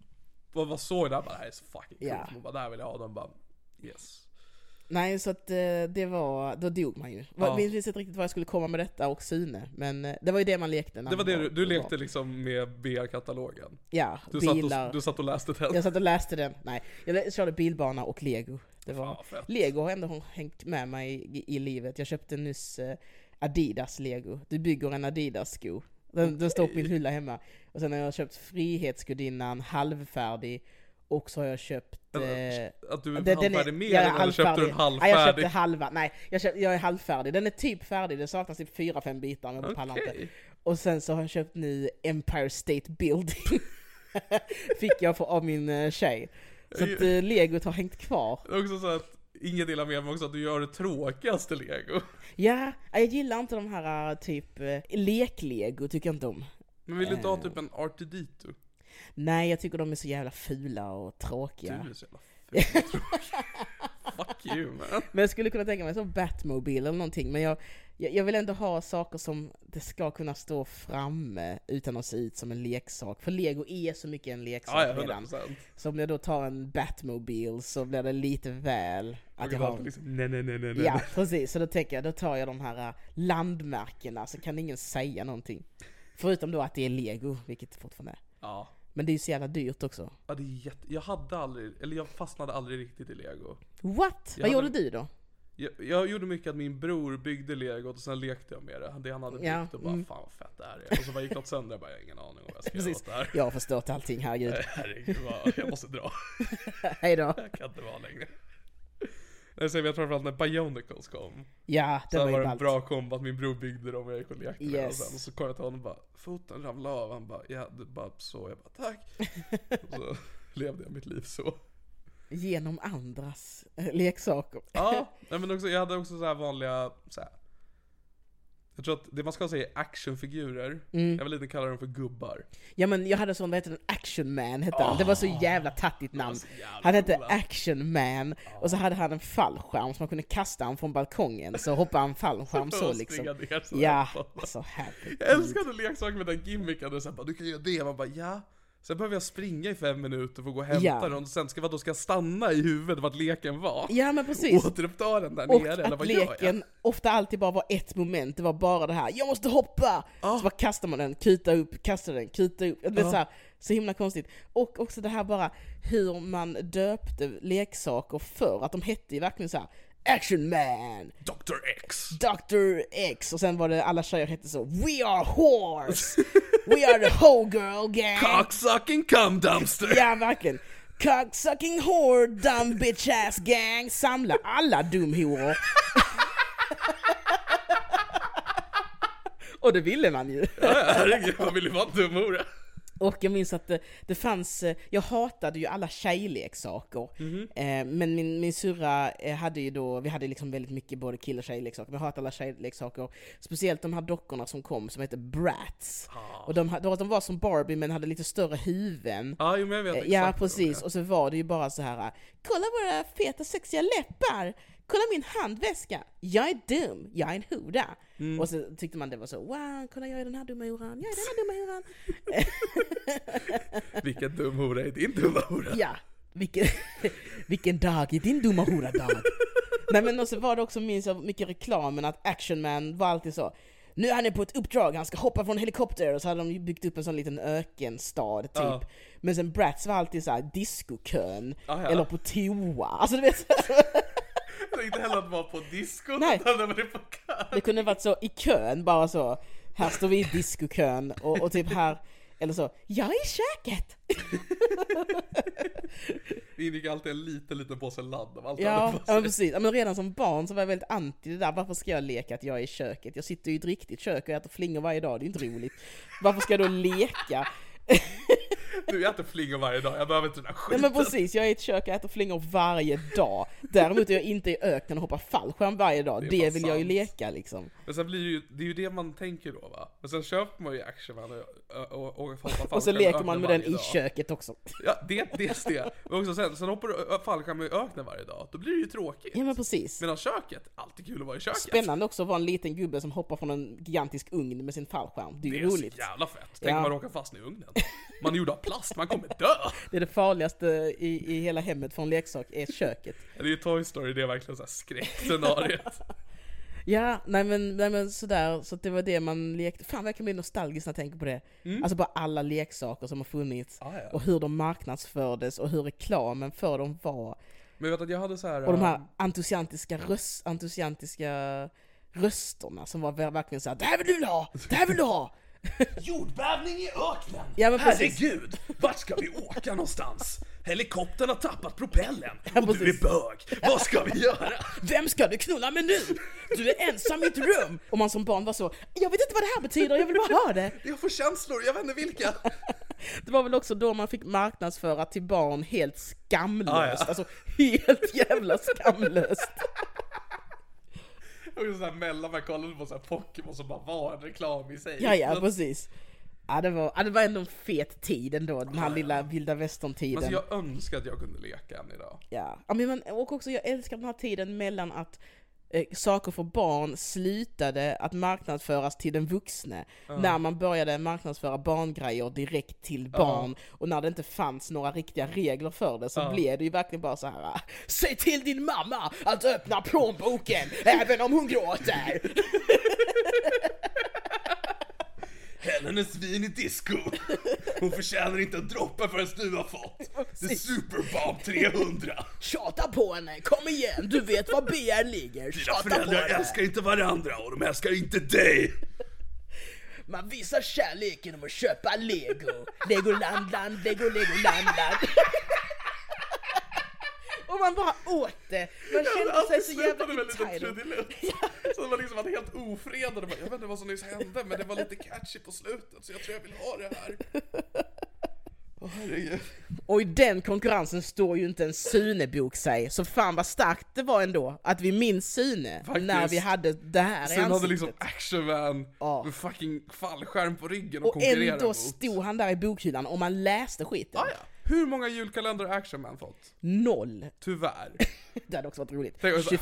bara såg det här, bara, det här är så fucking coolt. Ja. Man bara, där vill jag ha den, bara, yes. Nej, så att det var, då dog man ju. Jag minns inte riktigt vad jag skulle komma med detta och Sune. Men det var ju det man lekte. Det var det du lekte liksom med BR-katalogen. Ja, du satt och läste den. Jag satt och läste den. Nej, jag körde bilbana och Lego. Det var, fett. Lego har ändå hängt med mig i livet. Jag köpte nyss Adidas Lego. Du bygger en Adidas-sko. Den står på min hylla hemma. Och sen har jag köpt Frihetsgudinnan halvfärdig. Och så har jag köpt... att du är halvfärdig med den, eller köpte du en halvfärdig? Nej, jag köpte halva. Nej, jag är halvfärdig. Den är typ färdig. Det saknas typ 4-5 bitar. Men pallar inte. Och sen så har jag köpt ny Empire State Building. Fick jag av min tjej. Så att Legot har hängt kvar. Det är också så att ingen delar med mig också att du gör det tråkigaste Lego. Ja, jag gillar inte de här typ lek-Lego, tycker jag inte om. Men vill du inte ha typ en R2D2? Nej, jag tycker de är så jävla fula och tråkiga. Du är så jävla ful och tråkig. Fuck you, man. Men jag skulle kunna tänka mig så Batmobile eller någonting. Men jag vill ändå ha saker som det ska kunna stå framme utan att se ut som en leksak. För Lego är så mycket en leksak redan. Så om jag då tar en Batmobile så blir det lite väl att jag har... Liksom, nej. Ja, precis. Så då tänker jag, då tar jag de här landmärkena så kan ingen säga någonting. Förutom då att det är Lego, vilket fortfarande är. Ja. Men det är ju så jävla dyrt också. Ja, det är jag fastnade aldrig riktigt i Lego. What? Vad gjorde du då? Jag gjorde mycket att min bror byggde Lego och sen lekte jag med det han hade byggt och bara, fan vad fett det här är. Och så bara gick något sönder, jag bara, jag har ingen aning om vad jag ska göra åt det här. Jag har förstått allting, herregud. Herregud, jag måste dra. Hej då. Jag kan inte vara längre. Jag säger jag framförallt när Bionicles kom. Ja, det var ju en bra kombo att min bror byggde dem och jag gick och lekte med och sen så kom jag till honom och bara, foten ramlade av. Han bara, ja, det bara så. Jag bara, tack. Och så levde jag mitt liv så. Genom andras leksaker. Ja, men också, jag hade också så här vanliga så här. Jag tror att det man ska säga är actionfigurer. Jag vill inte kalla dem för gubbar. Ja, men jag hade sån, vad heter den? Action Man hette han. Det var så jävla tattigt namn. Han hette Action Man. Och så hade han en fallskärm som man kunde kasta han från balkongen. Så hoppade han fallskärm så liksom. Ja, så härligt. Jag älskade leksaker med den gimmicken. Och så bara, du kan göra det. Man bara, ja. Sen behöver jag springa i 5 minuter för att gå och hämta den. Och sen ska jag stanna i huvudet vart leken var. Ja, men precis. Återuppta den där och nere. Och att leken ofta alltid bara var ett moment. Det var bara det här, jag måste hoppa! Så bara kastar man den, kuta upp, kastar den, kuta upp. Det är så himla konstigt. Och också det här bara hur man döpte leksaker för att de hette ju verkligen så här. Action Man, Dr. X. Och sen var det, alla tjejer hette så, We are horse, We are the whole girl gang, Cocksucking cum dumpster. Ja, verkligen. Cocksucking whore, dumb bitch ass gang. Samla alla dumhoror. Och det ville man ju. Herregud, man ville vara dumhora. Och jag minns att det fanns, jag hatade ju alla tjejleksaker. Men min syrra hade ju då, vi hade liksom väldigt mycket både kill- och tjejleksaker. Men jag hatade alla tjejleksaker. Speciellt de här dockorna som kom som heter Bratz. Och de var som Barbie men hade lite större huvuden. Ja, jag vet exakt. Ja, precis. Och så var det ju bara så här: kolla våra feta sexiga läppar. Kolla min handväska. Jag är dum. Jag är en hora. Och så tyckte man det var så, wow, kolla jag är den här dumma horan. Jag är den här dumma horan. Vilken dum hora är din dumma hora? Ja, vilken dag är din dumma hora-dag? Nej, men och så var det också minst av mycket reklamen att Action Man var alltid så, nu är han på ett uppdrag, han ska hoppa från en helikopter. Och så hade de byggt upp en sån liten ökenstad typ. Men sen Bratz var alltid så här discokön. Eller på toa. Alltså du vet. Det inte heller att vara på disco. Nej. Det kunde varit så i kön, bara så. Här står vi i discokön och typ här Eller så, jag är i köket. Det ingick alltid en liten påse ladd av allt. Ja, men precis. Ja, men redan som barn så var jag väldigt anti det där. Varför ska jag leka att jag är i köket? Jag sitter ju i ett riktigt kök och äter flingor varje dag. Det är inte roligt. Varför ska jag då leka? Du äter flingor varje dag, jag behöver inte den här skiten. Ja, men precis, jag är i ett kök och äter flingor varje dag. Däremot är jag inte i öknen och hoppar fallskärm varje dag. Det vill jag ju leka liksom. Men sen blir det är ju det man tänker då, va? Men sen köper man ju actionman och hoppar fallskärm. Och så leker man med den i köket också. Ja, dels det. Men också sen hoppar du fallskärm i öknen varje dag. Då blir det ju tråkigt. Ja, men precis. Medan köket, alltid kul att vara i köket. Spännande också att vara en liten gubbe som hoppar från en gigantisk ugn med sin fallskärm. Det är ju roligt. Så jävla fett. Tänk man råkar fast i ugnen. Man är gjord av plast, man kommer dö. Det är det farligaste i hela hemmet från leksak är köket. Det är ju Toy Story, det är verkligen så här skräckscenariet. Ja, nej men sådär, så det var det man lekte. Fan, jag kan bli nostalgisk när jag tänker på det. Alltså bara alla leksaker som har funnits. Och hur de marknadsfördes och hur reklamen för dem var. Men jag vet att jag hade så här. Och de här entusiastiska rösterna som var verkligen så här: det här vill du ha! Det här vill du ha! Jordbävning i öknen! Ja, men precis. Herregud, vart ska vi åka någonstans? Helikoptern har tappat propellen Ja, och du är bög. Vad ska vi göra? Vem ska du knulla med nu? Du är ensam i ett rum. Och man som barn var så: jag vet inte vad det här betyder, jag vill bara ha det. Jag får känslor, jag vet inte vilka. Det var väl också då man fick marknadsföra till barn helt skamlöst. Ja. Alltså helt jävla skamlöst. Och så här mellan man kollade på så här Pokémon som bara var en reklam i sig. Ja, precis. Ja, det var ändå en fet tid ändå, den här lilla vilda västern-tiden. Men jag önskar att jag kunde leka än idag. Ja, och också jag älskar den här tiden mellan att saker för barn slutade att marknadsföras till den vuxne. När man började marknadsföra barngrejer direkt till barn. Och när det inte fanns några riktiga regler för det så blev det ju verkligen bara så här: säg till din mamma att öppna plånboken även om hon gråter. Helen svin i disco. Hon förtjänar inte en droppe förrän du har fått The Superbomb 300. Tjata på henne, kom igen, du vet var BR ligger. Dina föräldrar älskar inte varandra och de älskar inte dig. Man visar kärlek genom att köpa Lego. Legoland. Och man bara åt det. Man kände sig så jävla entitled. Så det var liksom att helt ofredade. Jag vet inte vad som nyss hände, men det var lite catchy på slutet. Så jag tror jag vill ha det här. Herregud. Och i den konkurrensen står ju inte en Sune-bok sig. Så fan vad starkt det var ändå att vi minns Sune. Faktiskt. När vi hade det här i ansiktet. Sen hade liksom Actionman med fucking fallskärm på ryggen och konkurrerade mot. Och ändå stod han där i bokhyllan och man läste skiten. Ja. Hur många julkalendrar har Actionman fått? 0. Tyvärr. Det hade också varit roligt.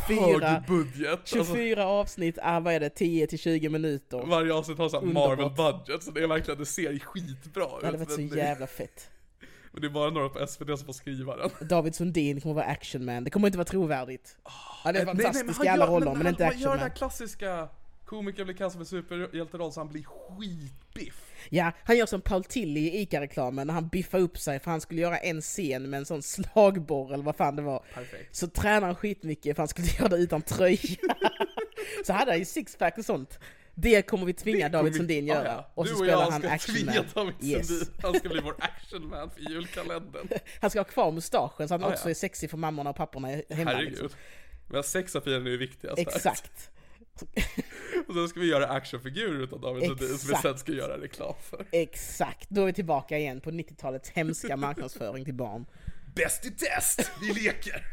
24 avsnitt är, vad är det, 10-20 minuter. Varje avsnitt har så Marvel budget, så det är verkligen, det ser skitbra ut. Det hade varit så jävla fett. Men det är bara några på SVT som får skriva den. David Sundin kommer vara Actionman. Det kommer inte vara trovärdigt. Han är fantastisk i alla roller, men inte Actionman. Han gör den här klassiska komiker blir kastad med superhjälteroll så han blir skitbiff. Ja, han gör som Paul Tilly i ICA-reklamen när han biffar upp sig för han skulle göra en scen med en sån slagborr eller vad fan det var. Perfekt. Så tränar han skitmycket för han skulle göra det utan tröja. Så hade han ju sixpack och sånt. Det kommer vi tvinga David Sundin göra. Ja. Och så spelar han Actionman. Han ska bli vår Actionman för julkalendern. Han ska ha kvar mustaschen så han också är sexy för mammorna och papporna hemma. Herregud. Liksom. Men sexapiren är ju viktigast. Exakt. Och sen ska vi göra actionfigurer utav David Sundin som vi sen ska göra reklam för. Exakt, då är vi tillbaka igen på 90-talets hemska marknadsföring till barn. Bäst i test, vi leker.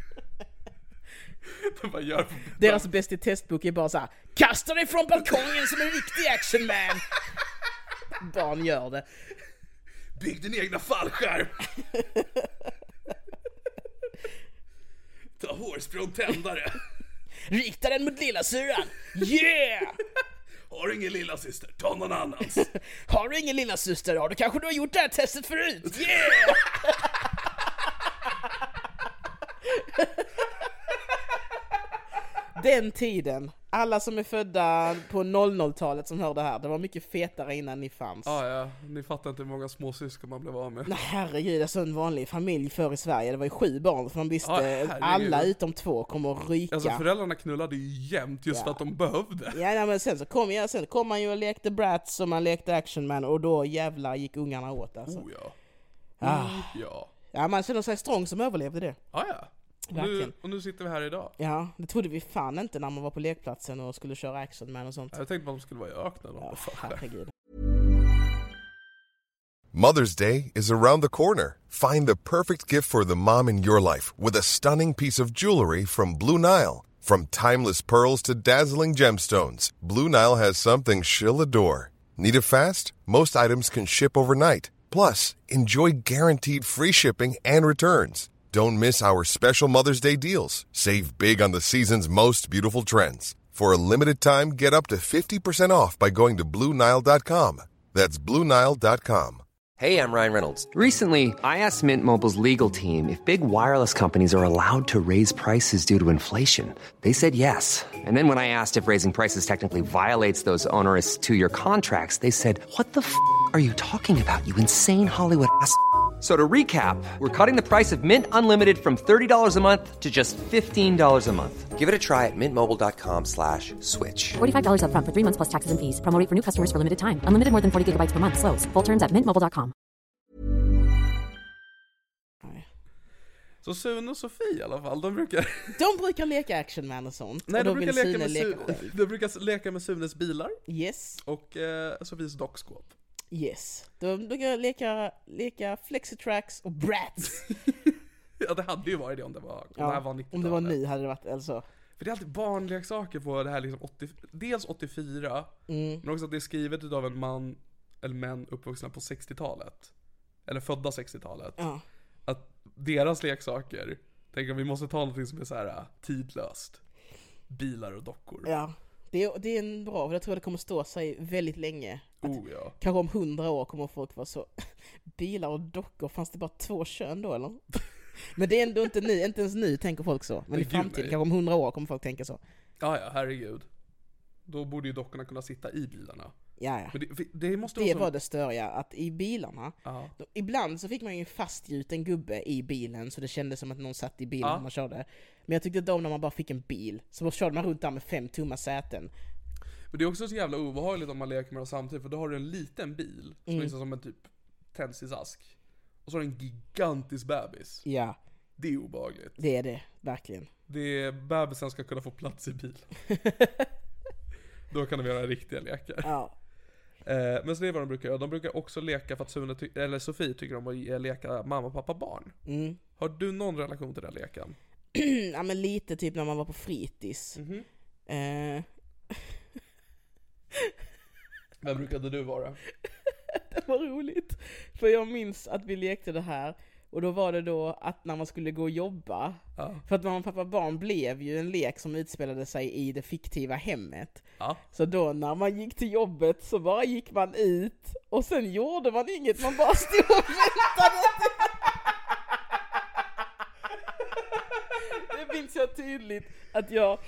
Deras bäst i testbok är bara så här: kasta dig från balkongen som en riktig actionman. Barn gör det. Bygg din egna fallskärm. Ta hårsprångtändare. Rikta den mot lilla syran. Yeah! Har du ingen lilla syster? Ta någon annans. Har du ingen lilla syster? Har du kanske har gjort det här testet förut? Yeah! Den tiden Alla som är födda på 00-talet som hör det här, det var mycket fetare innan ni fanns. Ja, ni fattar inte hur många småsyskon man blev av med. Nej, herregud, alltså en vanlig familj förr i Sverige, det var ju 7 barn, för man visste alla utom 2 kommer att ryka. Alltså föräldrarna knullade ju jämt just för att de behövde. Ja, men sen kom man ju och lekte Bratz och man lekte Action Man, och då jävlar gick ungarna åt alltså. Ja, man känner sig strong som överlevde det. Ja. Nu sitter vi här idag. Ja, det trodde vi fan inte när man var på lekplatsen och skulle köra Action Man och sånt. Jag tänkte att de skulle vara i öknen. Herregud. Mother's Day is around the corner. Find the perfect gift for the mom in your life with a stunning piece of jewelry from Blue Nile. From timeless pearls to dazzling gemstones, Blue Nile has something she'll adore. Need it fast? Most items can ship overnight. Plus, enjoy guaranteed free shipping and returns. Don't miss our special Mother's Day deals. Save big on the season's most beautiful trends. For a limited time, get up to 50% off by going to BlueNile.com. That's BlueNile.com. Hey, I'm Ryan Reynolds. Recently, I asked Mint Mobile's legal team if big wireless companies are allowed to raise prices due to inflation. They said yes. And then when I asked if raising prices technically violates those onerous two-year contracts, they said, "What the f*** are you talking about, you insane Hollywood ass?" So to recap, we're cutting the price of Mint Unlimited from $30 a month to just $15 a month. Give it a try at mintmobile.com/switch. $45 up front for 3 months plus taxes and fees. Promo rate for new customers for limited time. Unlimited more than 40 gigabytes per month. Slows full terms at mintmobile.com. Så Sune och Sofie i alla fall, de brukar leka Action Man och sånt. Nej, och de brukar leka med själv. De brukar leka med Sunes bilar. Yes. Och Sofies dockskåp. Yes. De brukar leka Flexitrax och Bratz. Ja, det hade ju varit det om det var, det här var 90-talet. Om det var nu hade det varit alltså. För det är alltid barnleksaker på det här liksom dels 84, men också att det är skrivet av en man eller män uppvuxna på 60-talet. Eller födda 60-talet. Ja. Att deras leksaker, tänker vi måste ta något som är så här tidlöst. Bilar och dockor. Ja. Det är en bra, för jag tror det kommer stå sig väldigt länge. Ja. Kanske om 100 år kommer folk vara så. Bilar och dockor, fanns det bara 2 kön då eller? Men det är ändå inte ens nu tänker folk så. Men i framtiden, kanske om 100 år kommer folk tänka så. Ja, herregud. Då borde ju dockorna kunna sitta i bilarna. Ja. Men det måste det var det störiga, att i bilarna, ja. Ibland så fick man ju fastgjuten gubbe i bilen så det kändes som att någon satt i bilen när man körde. Men jag tyckte då när man bara fick en bil så körde man runt där med 5 tomma säten. Men det är också så jävla obehagligt om man leker med dem samtidigt, för då har du en liten bil som är som en typ tändsticksask. Och så har du en gigantisk bebis. Ja. Det är obehagligt. Det är det, verkligen. Bebisen ska kunna få plats i bilen. Då kan de göra riktiga lekar. Ja. Men så det är vad de brukar göra. De brukar också leka för att eller Sofie tycker om att leka mamma, pappa, barn. Har du någon relation till den leken? Ja, men lite typ när man var på fritids. Vem brukade du vara? Det var roligt. För jag minns att vi lekte det här. Och då var det då att när man skulle gå och jobba. För att mamma, pappa, barn blev ju en lek som utspelade sig i det fiktiva hemmet. Så då när man gick till jobbet så bara gick man ut. Och sen gjorde man inget. Man bara stod och väntade. Det minns jag tydligt. Att jag...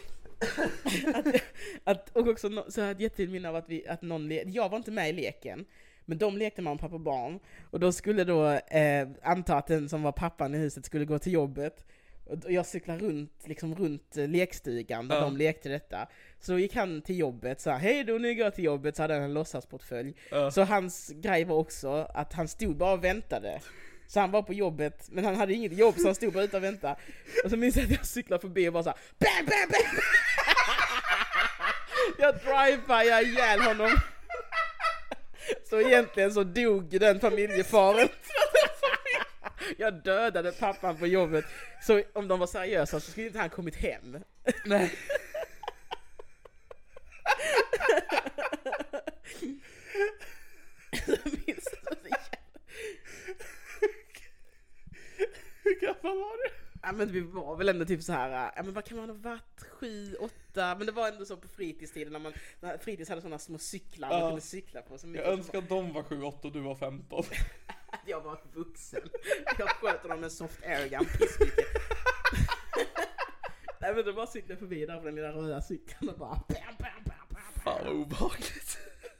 och också så hade jag jätteminne av att någon jag var inte med i leken. Men de lekte mamma, pappa, barn. Och då skulle då anta att den som var pappan i huset skulle gå till jobbet. Och jag cyklade runt lekstugan där de lekte detta. Så då gick han till jobbet, så hej då, nu går jag till jobbet. Så hade han en låtsasportfölj. Så hans grej var också att han stod bara och väntade. Så han var på jobbet, men han hade inget jobb, så han stod bara ute och väntade. Och så minns jag att jag cyklade förbi och bara så här, bam, bam, bam! Jag drive-byade ihjäl honom. Så egentligen så dog den familjefaren. Jag dödade pappan på jobbet. Så om de var seriösa så skulle inte han kommit hem. Nej. Hur gammal var du? Ja, men vi var väl ändå typ så här. Ja, men vad kan man ha varit? 7, 8. Men det var ändå så på fritidstiden när fritids hade sådana små cyklar man kunde cykla på. Jag önskar att de var 7, 8 och du var 15. Jag var vuxen. Jag sköt dem med en soft airgun pissmycket. Nej men då bara cyklade förbi där på den lilla röda cykeln och bara Fan vad obehagligt.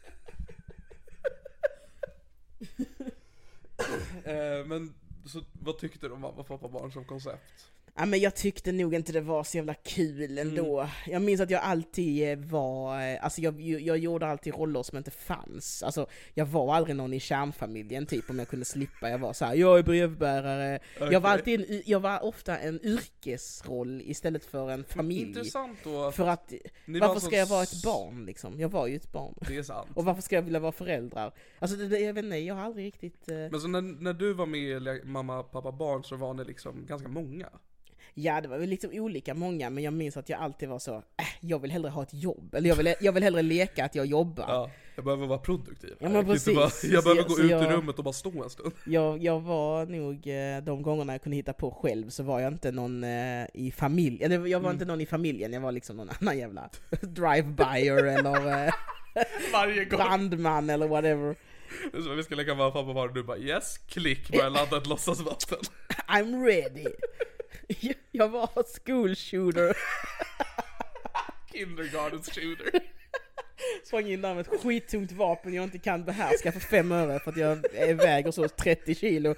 Men så, vad tyckte du om mamma, pappa, barn som koncept? Ja, men jag tyckte nog inte det var så jävla kul ändå. Jag minns att jag alltid var... Alltså jag gjorde alltid roller som inte fanns. Alltså jag var aldrig någon i kärnfamiljen typ om jag kunde slippa. Jag var så här, jag är brevbärare. Okay. Jag var ofta en yrkesroll istället för en familj. Intressant då. För att, varför ska jag vara ett barn liksom? Jag var ju ett barn. Det är sant. Och varför ska jag vilja vara föräldrar? Alltså jag vet inte, jag har aldrig riktigt... Men så när du var med i mamma, pappa, barn så var ni liksom ganska många? Ja, det var väl liksom olika många, men jag minns att jag alltid var så, jag vill hellre ha ett jobb, eller jag vill hellre leka att jag jobbar. Ja, jag behöver vara produktiv. Ja, men precis. Jag behöver gå ut i rummet och bara stå en stund. Jag var nog, de gångerna jag kunde hitta på själv så var jag inte någon i familjen. Jag var inte någon i familjen, jag var liksom någon annan jävla drive-byer eller brandman eller whatever. Så vi ska lägga mamma, pappa, barn och du bara yes, klick, börja ladda ett låtsasvatten. I'm ready. Jag var school shooter. Kindergarten shooter. Sprang in där med ett skittungt vapen jag inte kan behärska för 5 öre för att jag väger så 30 kilo.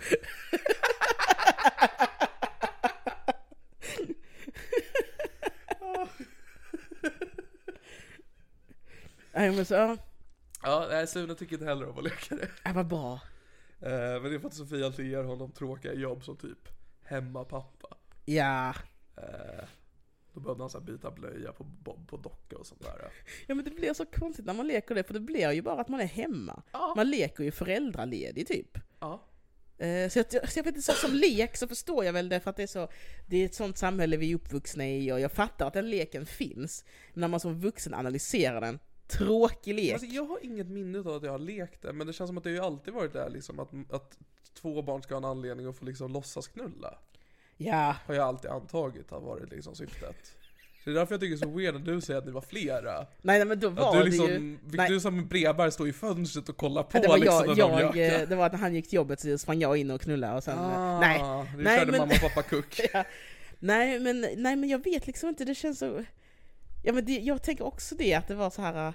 Men så... Ja, Sune tycker inte heller om att leka det. Det var bra. Men det är för att Sofia alltid ger honom tråkiga jobb som typ hemmapappa. Ja. Då behövde han så här byta blöja på docka och sånt där. Ja, men det blir så konstigt när man leker det, för det blir ju bara att man är hemma. Ja. Man leker ju föräldraledig typ. Ja. Så jag vet inte, så som lek så förstår jag väl det, för att det är ett sånt samhälle vi är uppvuxna i och jag fattar att den leken finns. Men när man som vuxen analyserar den, tråkig lek. Alltså, jag har inget minne av att jag har lekt det, men det känns som att det har ju alltid varit där liksom, att 2 barn ska ha en anledning att få liksom låtsas knulla. Ja. Har jag alltid antagit har varit liksom syftet. Så det är därför jag tycker det är så weird att du säger att ni var flera. Nej men då var att du liksom, det ju... Fick du som brevbär stå i fönstret och kolla på det var liksom det var att när han gick till jobbet så sprang jag in och knullade och sen... Du körde mamma och pappa kuck. Ja. Nej men jag vet liksom inte, det känns så... Ja men jag tänker också det, att det var så här...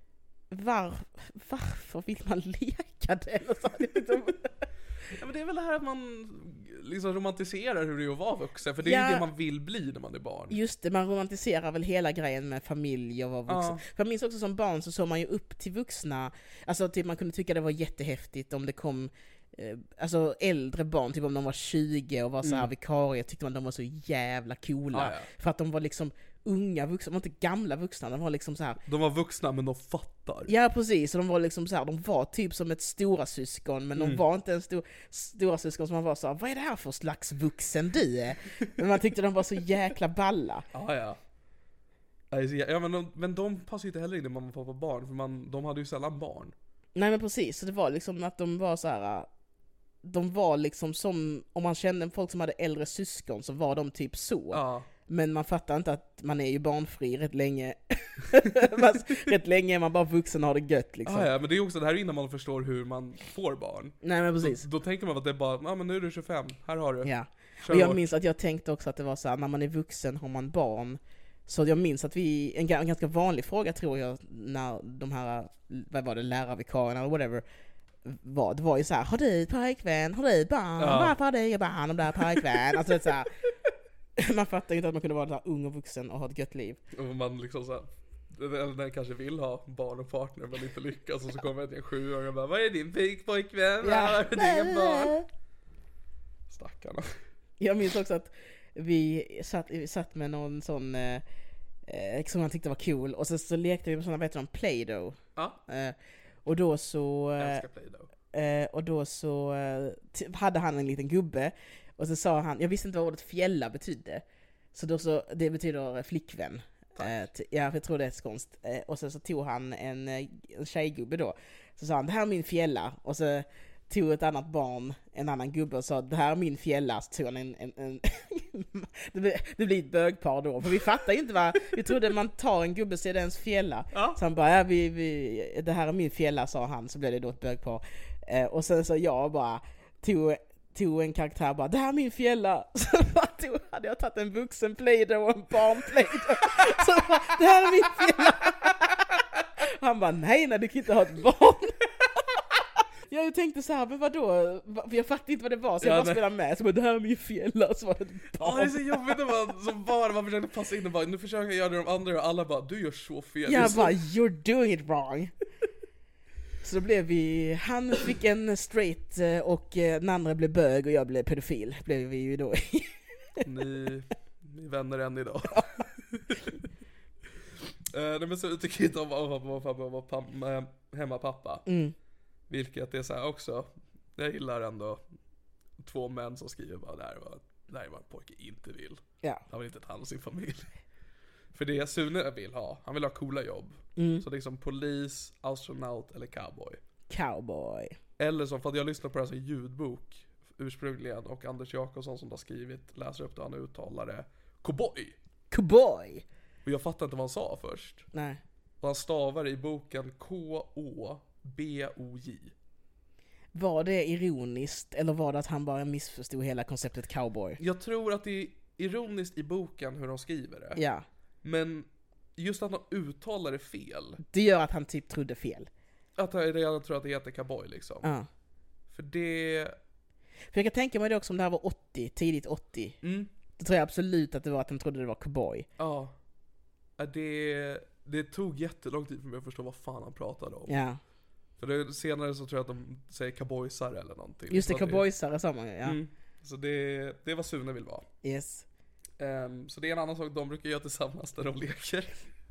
Varför vill man leka det? Ja, men det är väl det här att man liksom romantiserar hur det är att vara vuxen. För det är ju det man vill bli när man är barn. Just det, man romantiserar väl hela grejen med familj och vara vuxen. För jag minns också som barn så såg man ju upp till vuxna. Alltså typ man kunde tycka det var jättehäftigt om det kom alltså äldre barn, typ om de var 20 och var så här vikarier, tyckte man de var så jävla coola. För att de var liksom unga vuxna, de var inte gamla vuxna, de var liksom så här. De var vuxna men de fattar. Ja precis, så de var liksom så här, de var typ som ett stora syskon, men de var inte en stora syskon som man var så här, vad är det här för slags vuxen du är? Men man tyckte de var så jäkla balla. Ja, men de passade ju inte heller in i mamma, pappa, barn, för de hade ju sällan barn. Nej men precis, så det var liksom att de var så här. De var liksom som, om man kände folk som hade äldre syskon så var de typ så. Ja. Men man fattar inte att man är ju barnfri rätt länge. Rätt länge är man bara vuxen och har det gött liksom. Ja, men det är också det här innan man förstår hur man får barn. Nej men precis. Då tänker man att det är bara, men nu är du 25, här har du. Ja. Och jag minns att jag tänkte också att det var så här, när man är vuxen har man barn. Så jag minns att en ganska vanlig fråga tror jag, när de här, vad var det, lärarvikarierna eller whatever, det var ju så här, har du pojkvän, har du barn, varför har du barn om du har pojkvän? Alltså så här, man fattar ju inte att man kunde vara där ung och vuxen och ha ett gött liv. Och man liksom så här, eller kanske vill ha barn och partner men inte lyckas, och så kommer det en 7-åring och bara, vad är din pojkvän? Ja. Vad är din barn? Stackarna. Jag minns också att vi satt med någon sån som man tyckte var cool, och så lekte vi med sådana, vet du, Play-Doh. Ja. Och då så hade han en liten gubbe, och så sa han, jag visste inte vad ordet fjälla betydde, så det betyder flickvän. Jag tror det är skånskt. Och så tog han en tjejgubbe då, så sa han, det här är min fjälla, och så tog ett annat barn en annan gubbe och sa, det här är min fjälla, så tog han en det blir ett bögpar då, för vi fattar ju inte vi trodde man tar en gubbe så är det ens fjälla. Ja. Så han bara, det här är min fjälla, sa han, så blev det då ett bögpar. Och sen så jag bara tog en karaktär bara, det här är min fjälla. Så hade jag tagit en vuxen Play-Doh och en barn Play-Doh. Så jag bara, det här är min fjälla. Han bara, nej, du kan inte ha ett barn. Jag tänkte så här, men vadå? Jag fattade inte vad det var, så jag bara spelade med. Så bara, det här är min fjälla, så var det ett barn. Det är så jobbigt när man försöker passa in och bara, nu försöker jag göra det de andra och alla bara, du gör så fel. Jag bara, you're doing it wrong. Så då blev han fick en straight och den andra blev bög och jag blev pedofil. Blev vi ju då. Ni vänner än idag. Nej, men så tycker jag inte om att vara hemmapappa. Vilket är så här också. Jag gillar ändå 2 män som skriver bara, det här är vad en pojke inte vill. Ja. Han vill inte ta hand om sin familj. För det Sune vill ha, han vill ha coola jobb. Så liksom polis, astronaut eller cowboy. Eller som, för att jag lyssnar på det här som ljudbok ursprungligen, och Anders Jakobsson som har skrivit läser upp det, han uttalar det cowboy. Och jag fattar inte vad han sa först. Nej. Och han stavar i boken K-O-B-O-J. Var det ironiskt eller var det att han bara missförstod hela konceptet cowboy? Jag tror att det är ironiskt i boken hur de skriver det. Ja. Men just att han uttalar det fel. Det gör att han typ trodde fel. Att han redan tror att det heter cowboy liksom. Ja. För det... För jag kan tänka mig det också om det här var 80, tidigt 80. Då tror jag absolut att det var att han trodde det var cowboy. Ja. Det tog jättelång tid för mig att förstå vad fan han pratade om. Ja. För senare så tror jag att de säger cowboysar eller någonting. Just det, cowboysar är samma, ja. Så det var Sune vill vara. Yes. Så det är en annan sak de brukar göra tillsammans när de leker.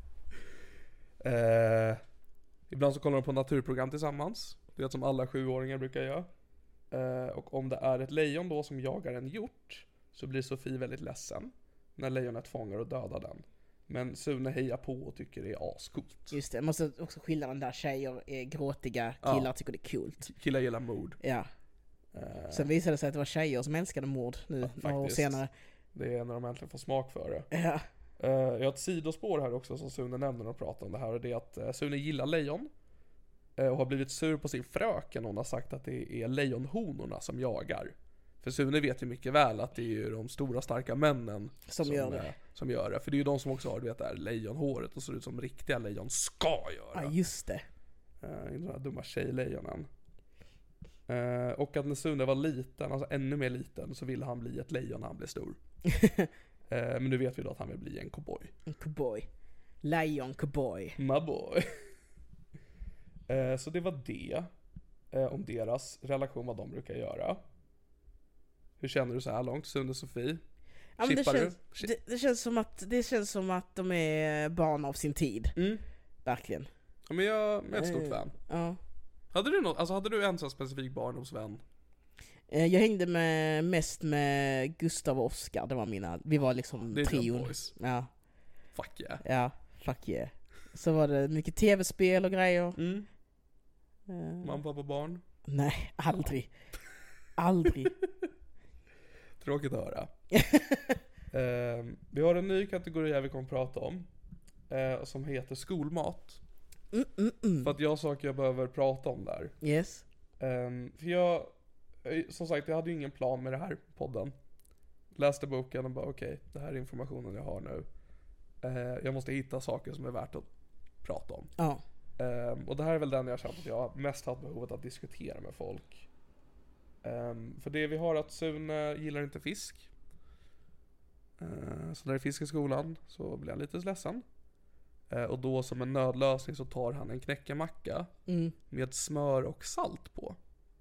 Ibland så kollar de på naturprogram tillsammans. Det är som alla 7-åringar brukar göra. Och om det är ett lejon då som jagar en hjort, så blir Sofie väldigt ledsen när lejonet fångar och dödar den. Men Sune hejar på och tycker det är ascoolt. Just det, jag måste också skilja den där tjejer är gråtiga, killar tycker det är coolt. Killar gillar mord. Ja. Sen visade det sig att det var tjejer som älskade mord nu några år senare. Det är när de äntligen får smak för det. Ja. Jag har ett sidospår här också som Sune nämner när de pratar om det här. Och det är att Sune gillar lejon. Och har blivit sur på sin fröken. Hon har sagt att det är lejonhonorna som jagar. För Sune vet ju mycket väl att det är ju de stora starka männen som gör det. För det är ju de som också har, du vet, det här lejonhåret och ser ut som riktiga lejon ska göra. Ja, just det. Inte de här dumma tjejlejonen. Och att när Sune var liten, alltså ännu mer liten, så ville han bli ett lejon när han blev stor. Men nu vet vi då att han vill bli en cowboy. En cowboy. Lion cowboy. My boy. Så det var det. Om deras relation, vad de brukar göra. Hur känner du så här långt, Sune och Sofie? Ja, men det känns som att de är barn av sin tid. Verkligen. Ja, men jag är ett stort fan. Ja. Hade du en sån specifik barndomsvän? Jag hängde mest med Gustav och Oskar. Det var vi var liksom trion. Ja. Fuck yeah. Ja, fuck yeah. Så var det mycket tv-spel och grejer. Mamma, pappa, barn? Nej, aldrig. Aldrig. Tråkigt att höra. Vi har en ny kategori här vi kommer att prata om. Som heter skolmat. För att jag sa att jag behöver prata om där. Yes. För jag, som sagt, jag hade ju ingen plan med det här podden. Läste boken och bara okej, det här är informationen jag har nu. Jag måste hitta saker som är värt att prata om. Ja. Och det här är väl den jag känt att jag mest haft behovet att diskutera med folk. För det vi har att Sune gillar inte fisk. Så när det är fisk i skolan så blir han lite ledsen. Och då som en nödlösning så tar han en knäckemacka med smör och salt på.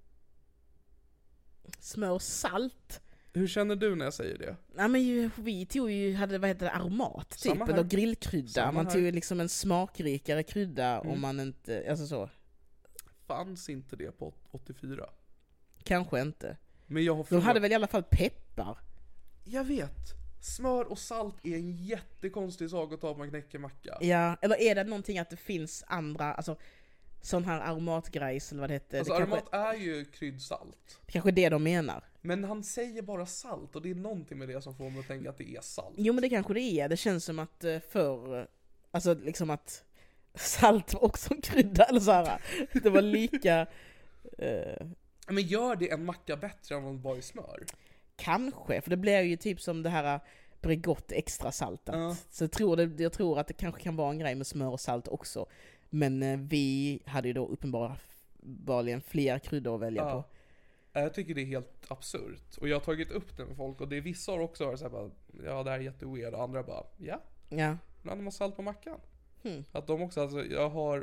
Smör och salt? Hur känner du när jag säger det? Nej, men vi hade aromat typ, eller grillkrydda. Man tog liksom en smakrikare krydda om man inte, alltså så. Fanns inte det på 84? Kanske inte. Men de hade väl i alla fall peppar. Jag vet. Smör och salt är en jättekonstig sak att ta på en knäckemacka. Ja, eller är det någonting att det finns andra, alltså sån här aromatgrejs eller vad det heter. Alltså aromat är ju kryddsalt. Kanske det de menar. Men han säger bara salt och det är någonting med det som får mig att tänka att det är salt. Jo, men det kanske det är. Det känns som att alltså liksom att salt var också en krydda eller så här. Det var lika... Men gör det en macka bättre än om bara i smör? kanske, för det blir ju typ som det här Bregott extra saltat. Så jag tror att det kanske kan vara en grej med smör och salt också. Men vi hade ju då uppenbarligen fler kryddor att välja på. Jag tycker det är helt absurt. Och jag har tagit upp det med folk. Och det är vissa har också varit så här bara, ja det här är jätteweird. Och andra bara, ja. Men hade man salt på mackan. Att de också, alltså jag har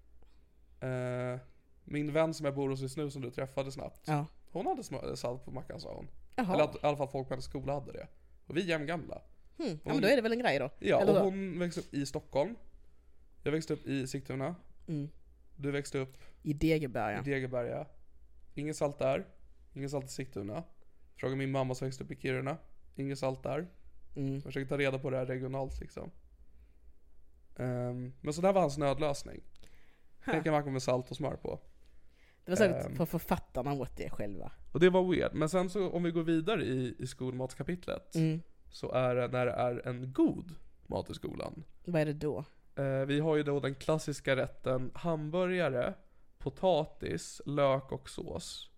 min vän som jag bor hos just nu som du träffade snabbt. Hon hade salt på mackan, sa hon. Eller att i alla fall folk på hennes skola hade det. Och vi är jämngamla. Ja, men då är det väl en grej då? Ja, eller och hon växte upp i Stockholm. Jag växte upp i Sigtuna. Du växte upp i Degeberga. Ingen salt där. Ingen salt i Sigtuna. Fråga min mamma som växte upp i Kiruna. Ingen salt där. Jag försöker ta reda på det här regionalt liksom. Men så där var hans nödlösning. Tänka macka med salt och smör på. Det var säkert för författarna åt det själva. Och det var weird. Men sen så om vi går vidare i skolmatskapitlet så är det när det är en god mat i skolan. Vad är det då? Vi har ju då den klassiska rätten hamburgare, potatis, lök och sås.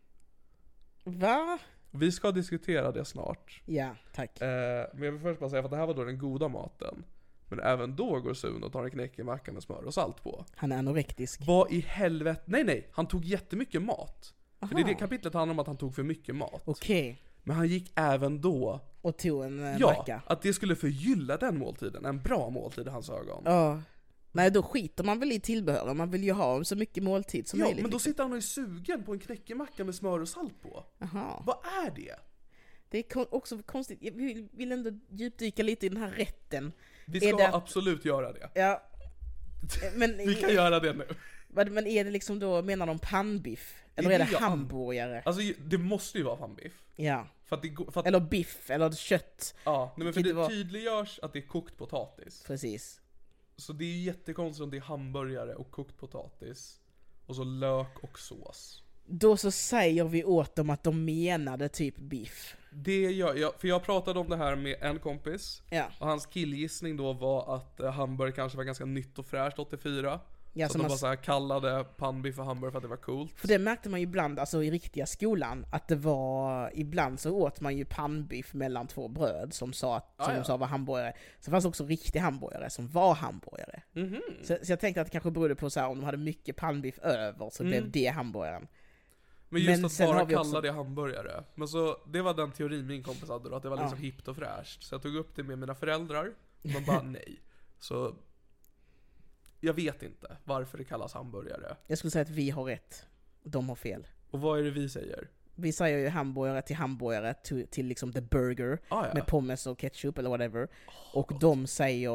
Va? Vi ska diskutera det snart. Ja, tack. Men jag vill först bara säga att det här var då den goda maten. Men även då går Sune och tar en knäckemacka med smör och salt på. Han är anorektisk. Vad i helvete? Nej, han tog jättemycket mat. Aha. För det kapitlet handlar om att han tog för mycket mat. Okej. Men han gick även då och tog en macka. Att det skulle förgylla den måltiden. En bra måltid i hans ögon. Ja. Nej, då skiter man väl i tillbehör. Man vill ju ha så mycket måltid som möjligt. Ja, men då sitter han och är sugen på en knäckemacka med smör och salt på. Aha. Vad är det? Det är också konstigt. Jag vill ändå djupdyka lite i den här rätten. Vi ska absolut göra det. Ja. Men vi kan göra det nu. Men är det liksom då, menar de pannbiff? Eller är det hamburgare? Alltså det måste ju vara pannbiff. Ja. För att eller biff, eller kött. Ja, men för det tydliggörs att det är kokt potatis. Precis. Så det är ju jättekonstigt om det är hamburgare och kokt potatis. Och så lök och sås. Då så säger vi åt dem att de menade typ biff. Det gör jag, för jag pratade om det här med en kompis. Ja. Och hans killgissning då var att hamburgare kanske var ganska nytt och fräscht 84. Ja, så de bara så här kallade pannbiff och hamburgare för att det var coolt. För det märkte man ju ibland, alltså i riktiga skolan, att det var, ibland så åt man ju pannbiff mellan två bröd som sa de sa var hamburgare. Så fanns också riktiga hamburgare som var hamburgare. Så jag tänkte att det kanske berodde på så här, om de hade mycket pannbiff över så blev det hamburgaren. Men just att bara kalla det hamburgare. Men så, det var den teorin min kompis hade då, att det var liksom hippt och fräscht. Så jag tog upp det med mina föräldrar. Och de bara nej. Så jag vet inte varför det kallas hamburgare. Jag skulle säga att vi har rätt. De har fel. Och vad är det vi säger? Vi säger ju hamburgare till liksom the burger med pommes och ketchup eller whatever. Och de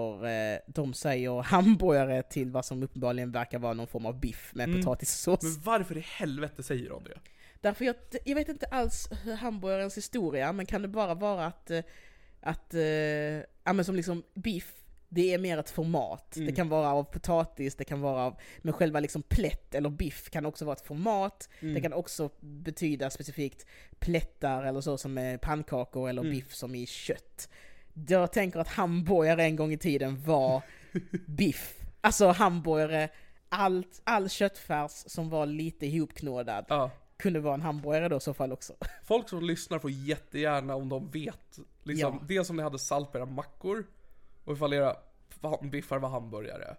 säger hamburgare till vad som uppenbarligen verkar vara någon form av biff med potatissås. Men varför i helvete säger de det? Därför jag vet inte alls hamburgarens historia, men kan det bara vara att men som liksom biff, det är mer ett format. Det kan vara av potatis, det kan vara av, men själva liksom plätt eller biff kan också vara ett format. Det kan också betyda specifikt plättar eller så som är pannkakor eller biff som i kött. Jag tänker att hamburgare en gång i tiden var biff. Alltså hamburgare, all köttfärs som var lite ihopknådad kunde vara en hamburgare då i så fall också. Folk som lyssnar får jättegärna om de vet liksom, det som ni hade salt på era mackor. Och ifall era biffar var hamburgare.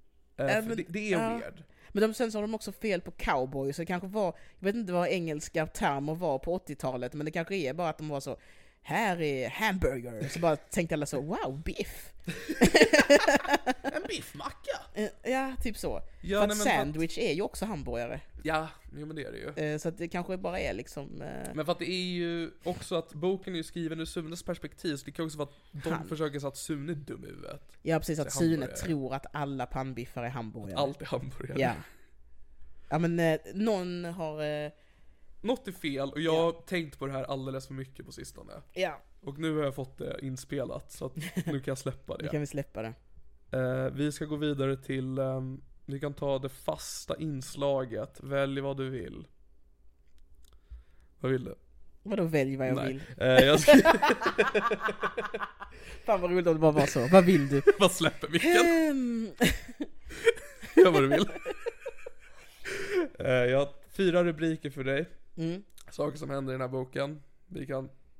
Det är weird. Men sen så har de också fel på cowboy. Så det kanske var, jag vet inte vad engelska termer var på 80-talet. Men det kanske är bara att de var så, här är hamburger. Så bara tänkte alla så, wow, biff. En biffmacka. Ja, typ så. Ja, för att sandwich är ju också hamburgare. Ja, men det är det ju. Så att det kanske bara är liksom... Men för att det är ju också att boken är ju skriven ur Sunes perspektiv. Så det kan också vara att de försöker så att Sune är dum i huvudet. Ja, precis. Att Sune tror att alla pannbiffar är hamburgare. Att allt är hamburgare. Ja, men någon har... Något är fel och jag har tänkt på det här alldeles för mycket på sistone. Ja. Och nu har jag fått det inspelat så att nu kan jag släppa det. Nu kan vi släppa det. Vi ska gå vidare till, vi kan ta det fasta inslaget. Välj vad du vill. Vad vill du? Vadå välj vad jag vill? Jag Fan vad roligt om det bara var så. Vad vill du? Vad släpper micken? Gör vad du vill. Jag har 4 rubriker för dig. Saker som händer i den här boken. Vi kan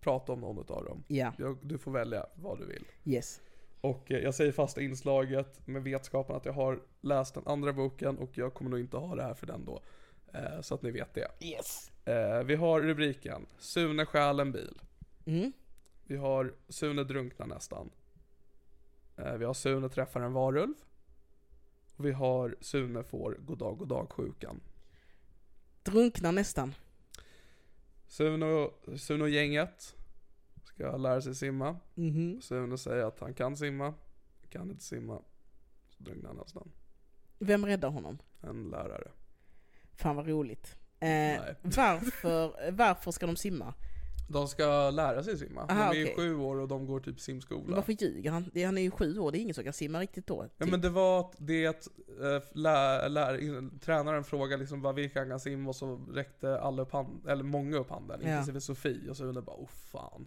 prata om någon av dem. Ja. Du får välja vad du vill. Yes. Och jag säger fasta inslaget med vetskapen att jag har läst den andra boken och jag kommer nog inte ha det här för den då. Så att ni vet det. Yes. Vi har rubriken Sune stjäl en bil. Mm. Vi har Sune drunknar nästan. Vi har Sune träffar en varulv. Och vi har Sune får goddag sjukan. Drunknar nästan. Sune och gänget ska lära sig simma. Mhm. Sune säger att han kan simma. Kan inte simma. Så drunknar han nästan. Vem räddar honom? En lärare. Fan vad roligt. Nej. Varför ska de simma? De ska lära sig simma. Aha, de är ju okej. 7 år och de går typ simskola. Varför ljuger han? Han är ju 7 år, det är ingen som kan simma riktigt då. Ja, men det var att tränaren frågade liksom vilka han kan simma och så räckte alla upp hand, eller många upp handen, Ja. inklusive Sofie, och så undrar bara, fan.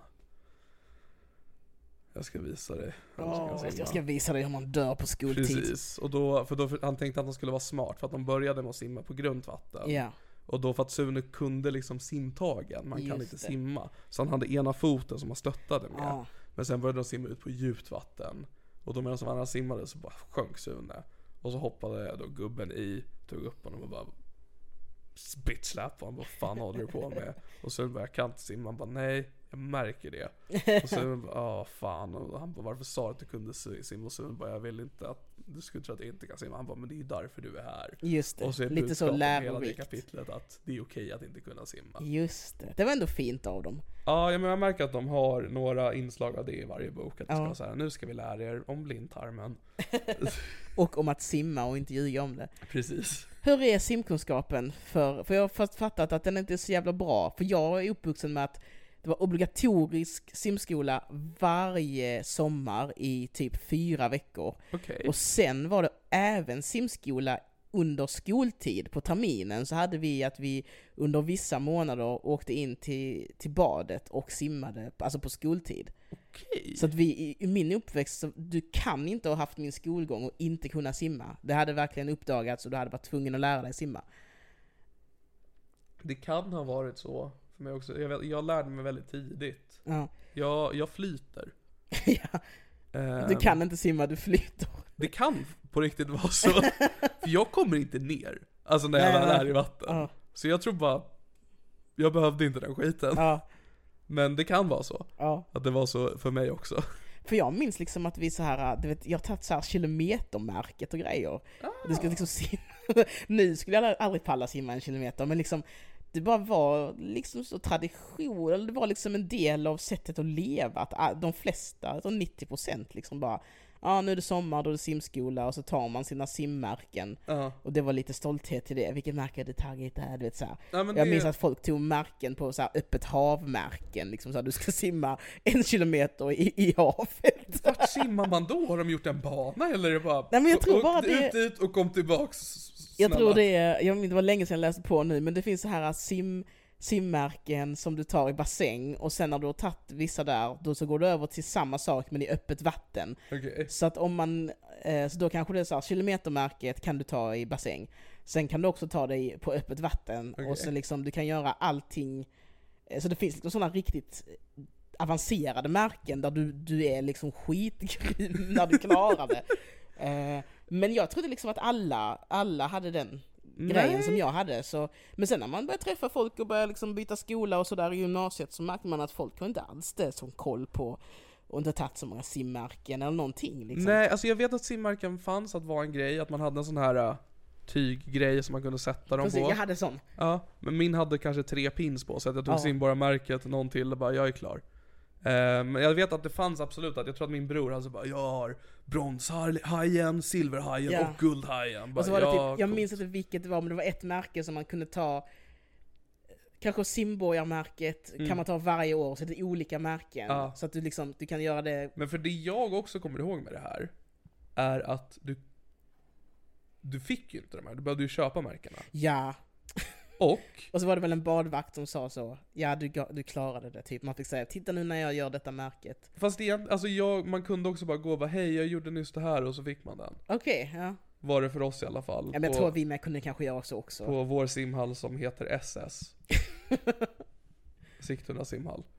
Jag ska visa dig. Jag ska visa dig hur man dör på skoltid. Precis, och då han tänkte att de skulle vara smart för att de började med att simma på grunt vatten. Ja. Och då för att Sune kunde liksom simtagen, man kan Just inte det. simma. Så han hade ena foten som han stöttade med. Ja. Men sen började de simma ut på djupt vatten. Och då medan andra simmade så bara sjönk Sune. Och så hoppade då gubben tog upp honom och bara bitchslap på honom. Vad fan håller du på med? Och Sune bara, jag kan inte simma. Han bara, nej, jag märker det. Och Sune bara, fan. Och han bara, varför sa du att du kunde simma? Och Sune bara, jag vill inte att du skulle tro att jag inte kan simma. Han bara, men det är ju därför du är här. Just det, Och så är lite så budskapet med hela det lärorikt. kapitlet att det är okej att inte kunna simma. Just det, det var ändå fint av dem. Ja, men jag märker att de har några inslag av det i varje bok. Att de Ja. ska säga, nu ska vi lära er om blindtarmen. Och om att simma och inte ljuga om det. Precis. Hur är simkunskapen? För jag har fattat att den inte är så jävla bra. För jag är uppvuxen med att det var obligatorisk simskola varje sommar i typ 4 veckor. Okej. Och sen var det även simskola under skoltid. På terminen så hade vi att vi under vissa månader åkte in till badet och simmade, alltså på skoltid. Okej. Så att vi i min uppväxt, så du kan inte ha haft min skolgång och inte kunna simma. Det hade verkligen uppdagats och du hade varit tvungen att lära dig simma. Det kan ha varit så för mig också. Jag lärde mig väldigt tidigt. Ja. Jag flyter. Ja. Du kan inte simma, du flyter. Det kan på riktigt vara så. För jag kommer inte ner. Alltså när jag väl är i vatten. Ja. Så jag tror bara, jag behövde inte den skiten. Ja. Men det kan vara så. Ja. Att det var så för mig också. För jag minns liksom att vi så här, du vet, jag har tagit så här kilometermärket och grejer. Du ska liksom simma. Nu skulle jag aldrig palla simma en kilometer, men liksom det bara var liksom så tradition, eller det var liksom en del av sättet att leva, att de flesta, 90% liksom bara, nu är det sommar, då är det simskola, och så tar man sina simmärken. Och det var lite stolthet till det. Vilket märke är det taggigt där, du vet så här. Jag minns att folk tog märken på så här öppet havmärken, liksom så här, du ska simma 1 kilometer i havet. Vart simmar man då? Har de gjort en bana eller är det bara Nej, men jag tror bara det dit och kom tillbaks? Jag tror det var länge sedan jag läste på nu, men det finns så här simmärken som du tar i bassäng, och sen när du har tagit vissa där, då så går du över till samma sak men i öppet vatten. Okay. Så att om man, så då kanske det är så här, kilometermärket kan du ta i bassäng. Sen kan du också ta det på öppet vatten. Okay. Och så liksom du kan göra allting, så det finns liksom sådana riktigt avancerade märken där du är liksom skitgrym när du klarar det. Men jag trodde liksom att alla hade den grejen som jag hade. Så, men sen när man började träffa folk och började liksom byta skola och sådär i gymnasiet, så märkte man att folk har inte alls det som koll på och inte tagit så många simmärken eller någonting. Liksom. Nej, alltså jag vet att simmärken fanns, att vara en grej, att man hade en sån här tyggrej som man kunde sätta dem på. Jag hade sån. Ja, men min hade kanske 3 pins på, så att jag tog simborgarmärket, någon till och bara, jag är klar. Men jag vet att det fanns absolut, att jag tror att min bror alltså bara, jag har bronshajen, silverhajen och guldhajen. Och så var det typ, jag minns inte vilket det var, men det var ett märke som man kunde ta, kanske simborgarmärket kan man ta varje år, så det är olika märken. Så att du liksom, du kan göra det. Men för det jag också kommer ihåg med det här är att du fick ju inte de här, du behövde ju köpa märkena. Ja. Och så var det väl en badvakt som sa så, ja du klarade det typ. Man fick säga, titta nu när jag gör detta märket. Fast alltså man kunde också bara gå och bara, hej jag gjorde nyss det här, och så fick man den. Okej, ja. Var det för oss i alla fall. Ja, men jag tror vi med kunde kanske göra så också. På vår simhall som heter SS. Sigtuna simhall.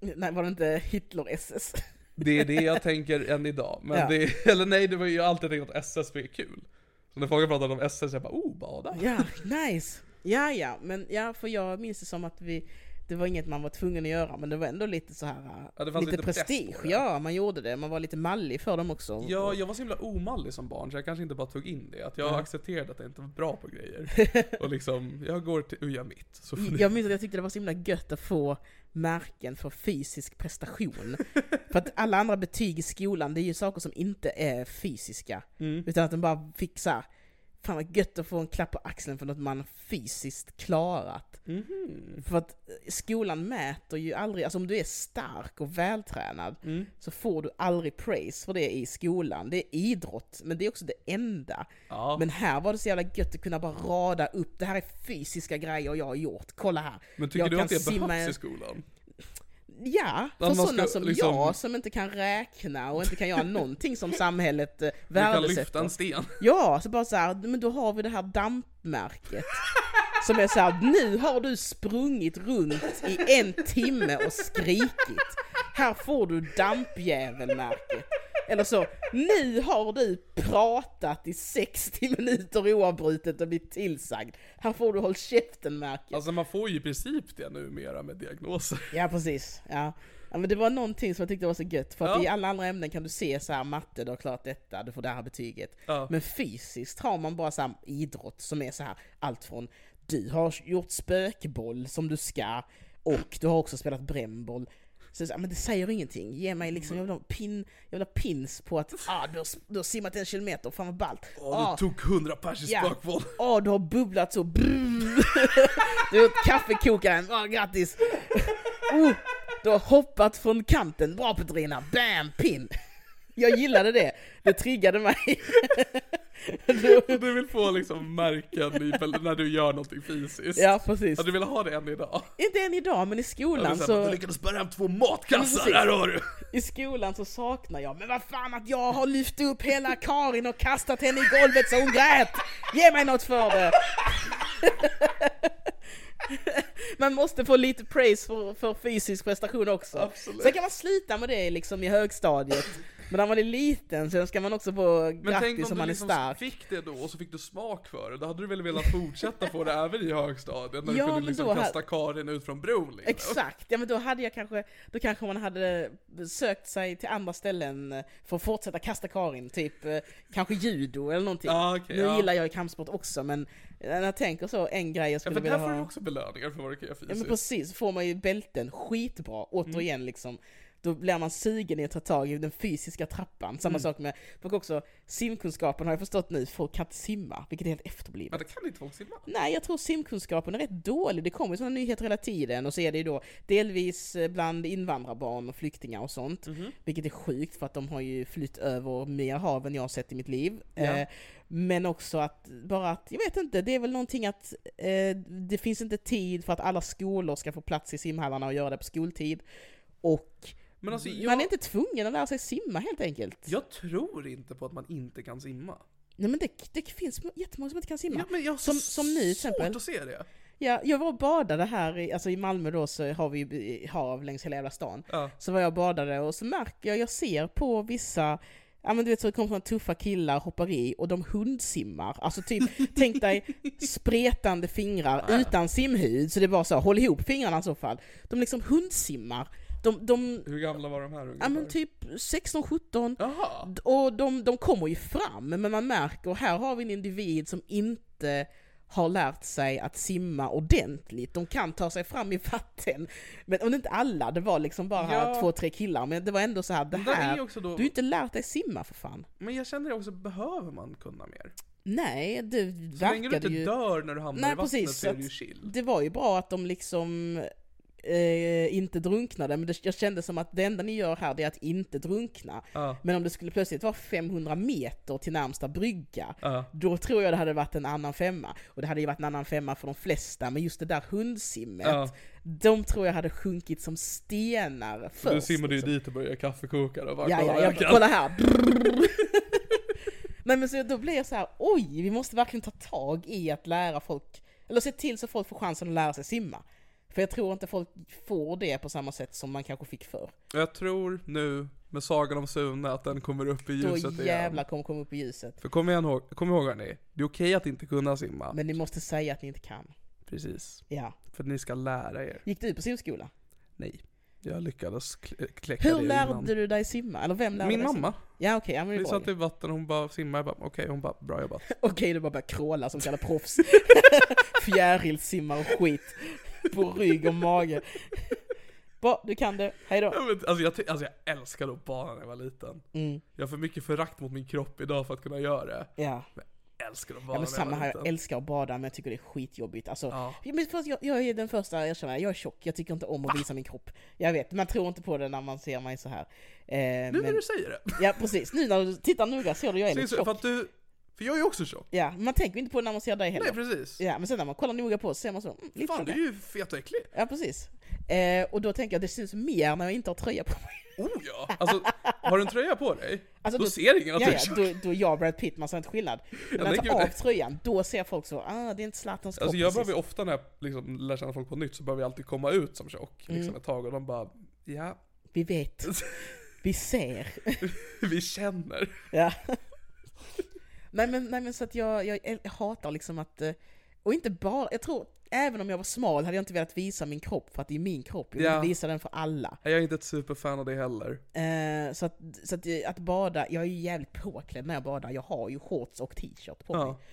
Nej, var det inte Hitler-SS? Det är det jag tänker än idag. Men Ja. det var ju alltid tänkt att SSB är kul. Så när folk pratar om SS, jag bara, bada. Ja, nice. Ja, men för jag minns det som att det var inget man var tvungen att göra, men det var ändå lite så här, Ja, det fanns lite lite press prestige. på det. Ja, man gjorde det. Man var lite mallig för dem också. Ja, jag var så himla omallig som barn, så jag kanske inte bara tog in det. Att jag accepterade att jag inte var bra på grejer. Och liksom, jag går till uja mitt. Så Jag minns att jag tyckte det var så himla gött att få märken för fysisk prestation. För att alla andra betyg i skolan, det är ju saker som inte är fysiska. Utan att de bara fick så här, fan vad gött att få en klapp på axeln för något man fysiskt klarat. För att skolan mäter ju aldrig, alltså om du är stark och vältränad så får du aldrig praise för det i skolan. Det är idrott, men det är också det enda. Ja. Men här var det så jävla gött att kunna bara rada upp, det här är fysiska grejer jag har gjort, kolla här. Men tycker jag du kan att det simma behövs i skolan? Ja, för man sådana ska som liksom- jag som inte kan räkna och inte kan göra någonting som samhället Du kan värdesätter. lyfta en sten. Ja, så bara så här, men då har vi det här dampmärket. Som är så här, nu har du sprungit runt i 1 timme och skrikit. Här får du dampjävelmärket. Eller så, nu har du pratat i 60 minuter oavbrutet och blivit tillsagd. Här får du håll käften-märket. Alltså man får ju i princip det numera med diagnoser. Ja, precis. Ja, men det var någonting som jag tyckte var så gött. För att Ja. i alla andra ämnen kan du se så här, matte, du har klart detta, du får det här betyget. Ja. Men fysiskt har man bara så här idrott som är så här, allt från du har gjort spökboll som du ska, och du har också spelat brännboll. Så, men det säger ingenting. Ge mig liksom, jag vill ha pins på att du har simmat 1 kilometer, fan vad ballt. Du tog 100 pers i spökboll. Du har bubblat så. Du har gjort kaffekokaren, grattis. Du har hoppat från kanten, bra Petrina, bam, pin. Jag gillade det, det triggade mig. Du vill få liksom märken när du gör någonting fysiskt. Ja, precis. Du vill ha det än idag. Inte än idag, men i skolan Du lyckades bära hem 2 matkassar, där har du. I skolan så saknar jag, men vad fan att jag har lyft upp hela Karin och kastat henne i golvet så hon grät. Ge mig något för det. Man måste få lite praise för fysisk prestation också. Absolut. Sen kan man sluta med det liksom i högstadiet. Men när man är liten så ska man också få grattis om man är stark. Fick det då och så fick du smak för det. Då hade du väl velat fortsätta få det även i högstadiet. När du kunde liksom kasta Karin ut från bron liksom. Exakt, ja men då hade jag kanske man hade sökt sig till andra ställen för att fortsätta kasta Karin. Typ kanske judo eller någonting. Nu gillar jag kampsport också, men när jag tänker så, en grej jag skulle vilja ha. För där får du också belöningar för vad du kan göra fysiskt. Ja men precis, så får man ju bälten, skitbra, återigen liksom. Då blir man sugen i att ta tag i den fysiska trappan. Samma sak med, och också simkunskapen har jag förstått nu, folk kan inte simma, vilket är helt efterblivet. Men det kan inte folk simma? Nej, jag tror simkunskapen är rätt dålig. Det kommer ju sådana nyheter hela tiden, och så är det ju då delvis bland invandrarbarn och flyktingar och sånt. Vilket är sjukt, för att de har ju flytt över mer hav än jag har sett i mitt liv. Ja. Men också att, jag vet inte, det är väl någonting att det finns inte tid för att alla skolor ska få plats i simhallarna och göra det på skoltid. Och men alltså, man är inte tvungen att lära sig simma helt enkelt. Jag tror inte på att man inte kan simma. Nej, men det finns jättemånga som inte kan simma. Ja, men jag som nu till exempel. Svårt att se det. Ja, jag var och badade här, i Malmö då, så har vi ju hav längs hela jävla stan. Ja. Så var jag och badade, och så märker jag ser på vissa, ja men du vet, så det kommer såna tuffa killar, hoppar i, och de hundsimmar. Alltså typ, tänk dig spretande fingrar utan simhud, så det var så, håll ihop fingrarna i så fall. De liksom hundsimmar. Hur gamla var de här ungefär? Ja men typ 16-17. Jaha. Och de kommer ju fram, men man märker, här har vi en individ som inte har lärt sig att simma ordentligt. De kan ta sig fram i vatten, men och inte alla, det var liksom bara 2-3 killar, men det var ändå så här, det här, du har inte lärt dig simma för fan. Men jag känner också, behöver man kunna mer? Nej, det verkade ju... Så länge du inte dör när du hamnar i vattnet, precis, så är det ju chill. Det var ju bra att de liksom inte drunknade, men jag kände som att det enda ni gör här, det är att inte drunkna. Men om det skulle plötsligt vara 500 meter till närmsta brygga, då tror jag det hade varit en annan femma. Och det hade ju varit en annan femma för de flesta, men just det där hundsimmet, de tror jag hade sjunkit som stenar först. Du simmade ju dit och började kaffekokare och bara, kolla här. Nej, men så då blir jag så här, oj, vi måste verkligen ta tag i att lära folk, eller se till så folk får chansen att lära sig simma. För jag tror inte folk får det på samma sätt som man kanske fick förr. Jag tror nu med Sagan om Sune att den kommer upp i ljuset igen. Då jävlar kommer komma upp i ljuset. För kom ihåg hörni, det är okej att inte kunna simma. Men ni måste säga att ni inte kan. Precis. Ja. För ni ska lära er. Gick du på simskola? Nej. Jag lyckades kläcka Hur det lärde innan. du dig simma? Eller vem lärde Min dig mamma. simma? Ja, okej. Ja, men det Vi var satt det. i vatten och hon bara simmade. Jag bara, okej, hon bara, bra jobbat. Okej, du bara börjar kråla som kallar proffs. Fjärilsimmar och skit. På rygg och mage. Bra, du kan det. Hej då. Ja, men, jag älskade att bada när jag var liten. Jag har för mycket förakt mot min kropp idag för att kunna göra det. Ja. Jag älskar att bada Ja, men när samma jag var här, liten. jag älskar att bada men jag tycker det är skitjobbigt. Alltså, Ja. men först, jag är den första jag känner, jag är tjock, jag tycker inte om att visa min kropp. Jag vet, man tror inte på det när man ser mig så här. Nu när du säger det. Ja, precis. Nu när du tittar noga ser du jag är lite tjock. För jag är ju också tjock. Ja, man tänker inte på det när man ser dig heller. Nej, precis. Ja, men sen när man kollar noga på så ser man så, lite Fan, tjock. du är ju fet och äcklig. Ja, precis. Och då tänker jag, det syns mer när jag inte har tröja på mig. Oh ja, alltså har du en tröja på dig? Alltså, då ser ingen att du är ja, tjock. då är jag Brad Pitt, man ser inte skillnad. Men när jag tar av tröjan, då ser folk så, det är inte Zlatans kropp. Alltså jag precis. behöver ofta när jag liksom lär känna folk på nytt så behöver jag alltid komma ut som tjock liksom ett tag och de bara, ja. Vi vet. Vi ser. Vi känner. Ja. nej men så att jag hatar liksom att, och inte bara, jag tror, även om jag var smal hade jag inte velat visa min kropp för att det är min kropp. Jag vill visa den för alla. Jag är inte ett superfan av det heller. Så att bada, jag är ju jävligt påklädd när jag badar. Jag har ju shorts och t-shirt på mig.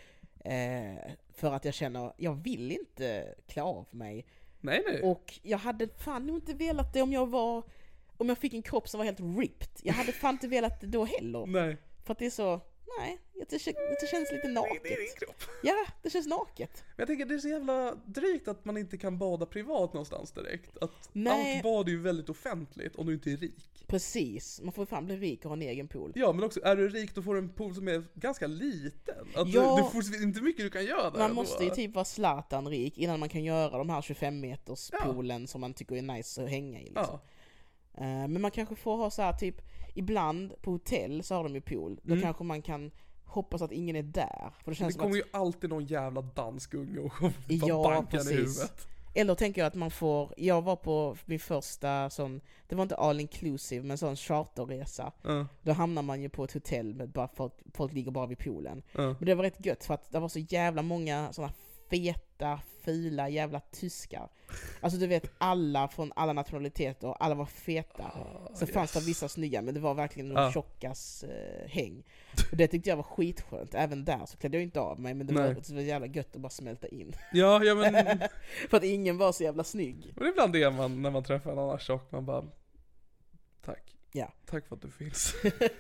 För att jag känner, jag vill inte klä av mig. Nej. Och jag hade fan nog inte velat det om jag fick en kropp som var helt ripped. Jag hade fan inte velat det då heller. Nej. För att det är så, det känns lite naket. Det är din kropp. Ja, det känns naket. Men jag tänker det är så jävla drygt att man inte kan bada privat någonstans direkt. Att Nej. allt bad är ju väldigt offentligt om du inte är rik. Precis, man får fan bli rik och ha en egen pool. Ja, men också, är du rik då får du en pool som är ganska liten. Att Ja. du får inte mycket du kan göra där. Man måste ju typ vara Zlatan rik innan man kan göra de här 25 meters poolen som man tycker är nice att hänga i liksom. Men man kanske får ha så här typ, ibland på hotell så har de ju pool. Då kanske man kan hoppas att ingen är där. För det känns kommer som ju alltid någon jävla dansk unge och ja, bankan i precis. huvudet. Eller tänker jag att man får, jag var på min första sån, det var inte all inclusive men sån charterresa. Då hamnar man ju på ett hotell med bara folk ligger bara vid poolen. Men det var rätt gött för att det var så jävla många såna feta, fula jävla tyskar. Alltså du vet, alla från alla nationaliteter, alla var feta. Så fanns det vissa snygga, men det var verkligen de tjockas häng. Och det tyckte jag var skitskönt. Även där så klädde jag inte av mig, men det var jävla gött att bara smälta in. Ja men... För att ingen var så jävla snygg. Men det är ibland det när man träffar en annan tjock, man bara, tack. Ja. Tack för att du finns.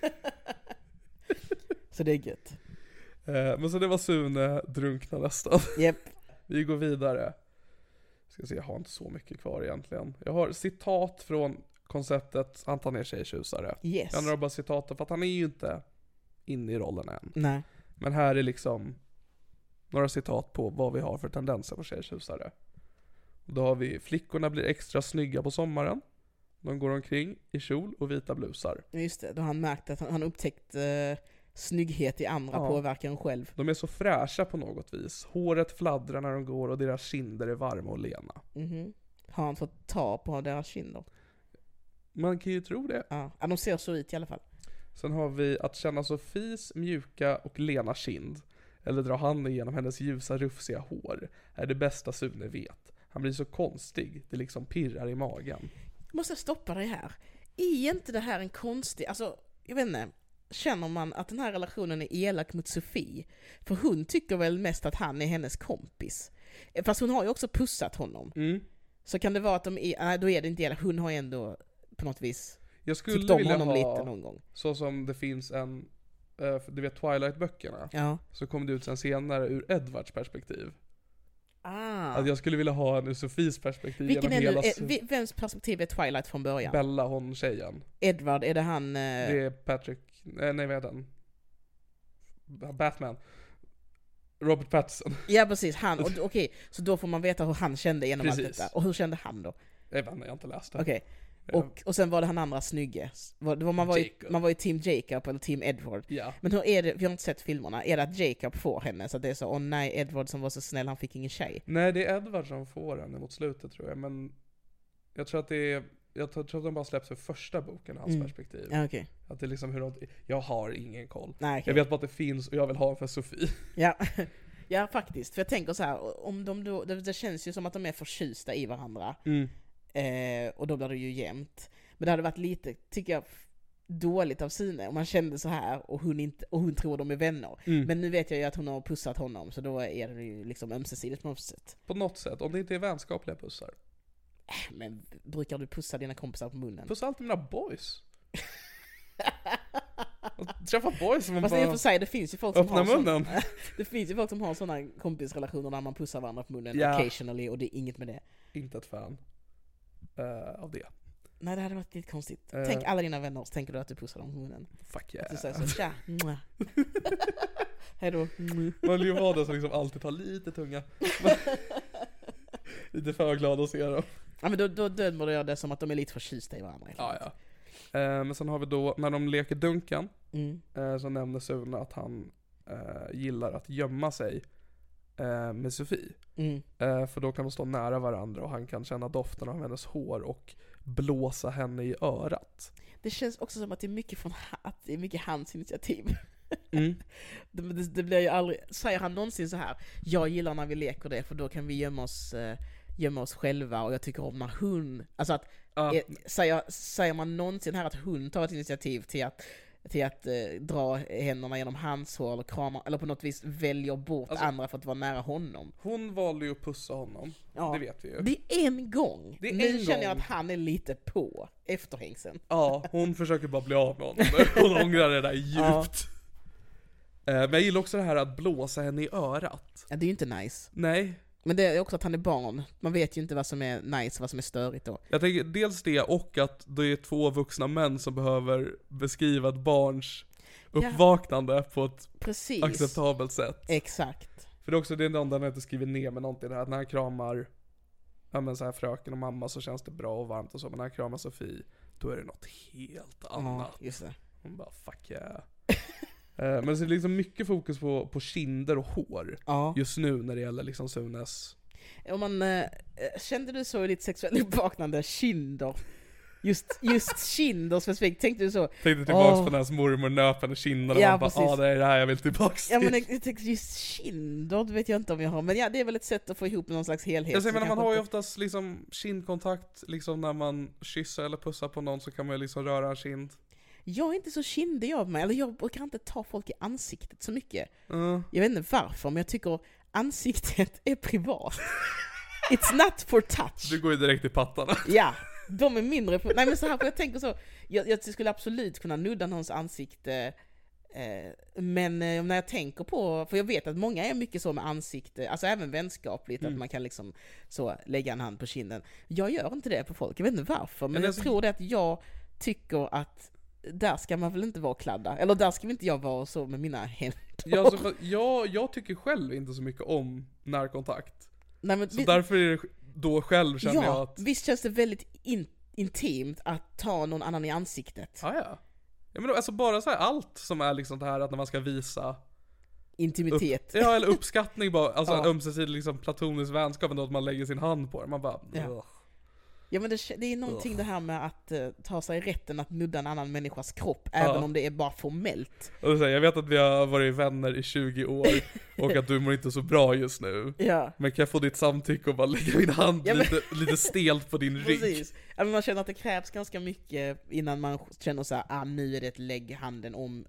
Så det är gött. Men så det var Sune drunkna nästan. Yep. Vi går vidare. Ska se, jag har inte så mycket kvar egentligen. Jag har citat från konceptet han tar ner tjejtjusare. Yes. Jag har bara citaten för att han är ju inte inne i rollen än. Nej. Men här är liksom några citat på vad vi har för tendenser på tjejtjusare. Då har vi, flickorna blir extra snygga på sommaren. De går omkring i kjol och vita blusar. Just det, då har han märkt att han upptäckt snygghet i andra påverkar en själv. De är så fräscha på något vis. Håret fladdrar när de går och deras kinder är varma och lena. Har han fått ta på deras kinder? Man kan ju tro det. Ja, de ser så ut i alla fall. Sen har vi att känna Sofies mjuka och lena kind. Eller dra handen genom hennes ljusa rufsiga hår. Är det bästa Sune vet. Han blir så konstig, det liksom pirrar i magen. Jag måste stoppa dig här. Är inte det här en konstig... Alltså, jag vet inte. Känner man att den här relationen är elak mot Sofie? För hon tycker väl mest att han är hennes kompis. Fast hon har ju också pussat honom. Så kan det vara att de är... Nej, då är det inte elak. Hon har ju ändå på något vis... Jag skulle tyckt om vilja honom ha, lite någon gång. så som det finns en... Du vet Twilight-böckerna. Ja. Så kom det ut sen senare ur Edwards perspektiv. Ah. Att jag skulle vilja ha en ur Sofies perspektiv. Vilken genom är hela... nu? Vems perspektiv är Twilight från början? Bella, hon tjejen. Edward, är det han... Det är Patrick... Nej, vad heter den? Batman. Robert Pattinson. Ja, precis. Han. Okej, så då får man veta hur han kände genom Precis. allt detta. Och hur kände han då? Jag vet inte, jag har inte läst det. Okej. Och sen var det han andra snygge. Man var ju team Jacob eller team Edward. Ja. Men hur är det, vi har inte sett filmerna, är det att Jacob får henne så att det är så, nej, Edward som var så snäll, han fick ingen tjej? Nej, det är Edward som får henne mot slutet tror jag, men jag tror att det är, jag tror att de bara släpps för första boken, hans perspektiv. Ja, okej. Att det är liksom hur jag har ingen koll. Nej, okej. Jag vet bara att det finns och jag vill ha en för Sofie. Ja. Ja, faktiskt. För jag tänker så här, om de då, det känns ju som att de är förtjusta i varandra. Och då blir det ju jämnt. Men det hade varit lite, tycker jag, dåligt av Sine om man kände så här och hon tror de är vänner. Men nu vet jag ju att hon har pussat honom, så då är det ju liksom ömsesidigt på något sätt. På något sätt, om det inte är vänskapliga pussar. Men brukar du pussa dina kompisar på munnen? Pussa alltid mina boys. Träffa boys som man fast bara... i och för sig, det finns ju folk som öppna har munnen. det finns ju folk som har sådana kompisrelationer där man pussar varandra på munnen occasionally, och det är inget med det. Inte ett fan av det. Nej, det hade varit lite konstigt. Tänk alla dina vänner, så tänker du att du pussar dem på munnen. Fuck yeah. Att du säger så, tja, hejdå. Man vill ju vara den som liksom alltid tar lite tunga. Lite för glad att se dem. Ja, men då dömer jag det som att de är lite förtjusta i varandra. Ja. Men sen har vi då, när de leker Duncan, så nämner Sune att han gillar att gömma sig med Sofie. För då kan de stå nära varandra och han kan känna doften av hennes hår och blåsa henne i örat. Det känns också som att det är mycket hans initiativ. Det blir ju aldrig, säger han någonsin så här: jag gillar när vi leker det, för då kan vi gömma oss själva, och jag tycker om när hon, alltså att säger man någonsin här att hon tar ett initiativ till att dra händerna genom hans hår eller krama, eller på något vis väljer bort andra för att vara nära honom. Hon valde ju att pussa honom, det vet vi ju. Det är en gång. Nu känner jag att han är lite på efterhängsen. Ja, hon försöker bara bli av med honom. Hon ångrar det där djupt. Men jag gillar också det här att blåsa henne i örat. Ja, det är ju inte nice. Nej. Men det är också att han är barn. Man vet ju inte vad som är nice, vad som är störigt då. Jag tänker dels det, och att det är 2 vuxna män som behöver beskriva ett barns uppvaknande på ett acceptabelt sätt. Exakt. För det är också det någon där han inte skriver ner med någonting, det här att när han kramar så här fröken och mamma så känns det bra och varmt och så, men när han kramar Sofie då är det något helt annat. Just det. Hon bara fuck yeah. Men så är det liksom mycket fokus på kinder och hår just nu när det gäller liksom Sunes. Om man kände du så lite sexuellt uppvaknande kinder? Just kinder specifikt, tänkte du så? Tänkte tillbaks på när hans mormor nöp henne kinder och man bara, det är det här jag vill tillbaks till. Ja, men jag tänkte just kinder, det vet jag inte om jag har. Men ja, det är väl ett sätt att få ihop någon slags helhet. Jag säger, men man har ju oftast liksom kindkontakt, liksom när man kysser eller pussar på någon så kan man ju liksom röra en kind. Jag är inte så kindig av mig, eller jag brukar inte ta folk i ansiktet så mycket. Jag vet inte varför, men jag tycker ansiktet är privat. It's not for touch. Du går ju direkt i pattarna. Ja, de är mindre. Nej, men så här, för jag tänker så, jag skulle absolut kunna nudda någons ansikte, men när jag tänker på, för jag vet att många är mycket så med ansikte, alltså även vänskapligt, att man kan liksom så lägga en hand på kinden. Jag gör inte det på folk, jag vet inte varför, men jag tror det att jag tycker att där ska man väl inte vara kladda, eller där ska inte jag vara så med mina händer. Ja, alltså, jag tycker själv inte så mycket om närkontakt. Nej, men så därför är det då själv känner jag att... visst känns det väldigt intimt att ta någon annan i ansiktet. Ja, men då, alltså bara så här, allt som är liksom det här att när man ska visa intimitet. eller uppskattning bara, alltså en ömsesidig liksom platonisk vänskap, ändå att man lägger sin hand på det. Man bara... Ja, men det är någonting det här med att ta sig rätten att nudda en annan människas kropp, även om det är bara formellt. Och så, jag vet att vi har varit vänner i 20 år och att du mår inte så bra just nu. Ja. Men kan jag få ditt samtycke och bara lägga min hand lite stelt på din rygg? Precis. Ja, men man känner att det krävs ganska mycket innan man känner så här, nu är det ett lägg handen om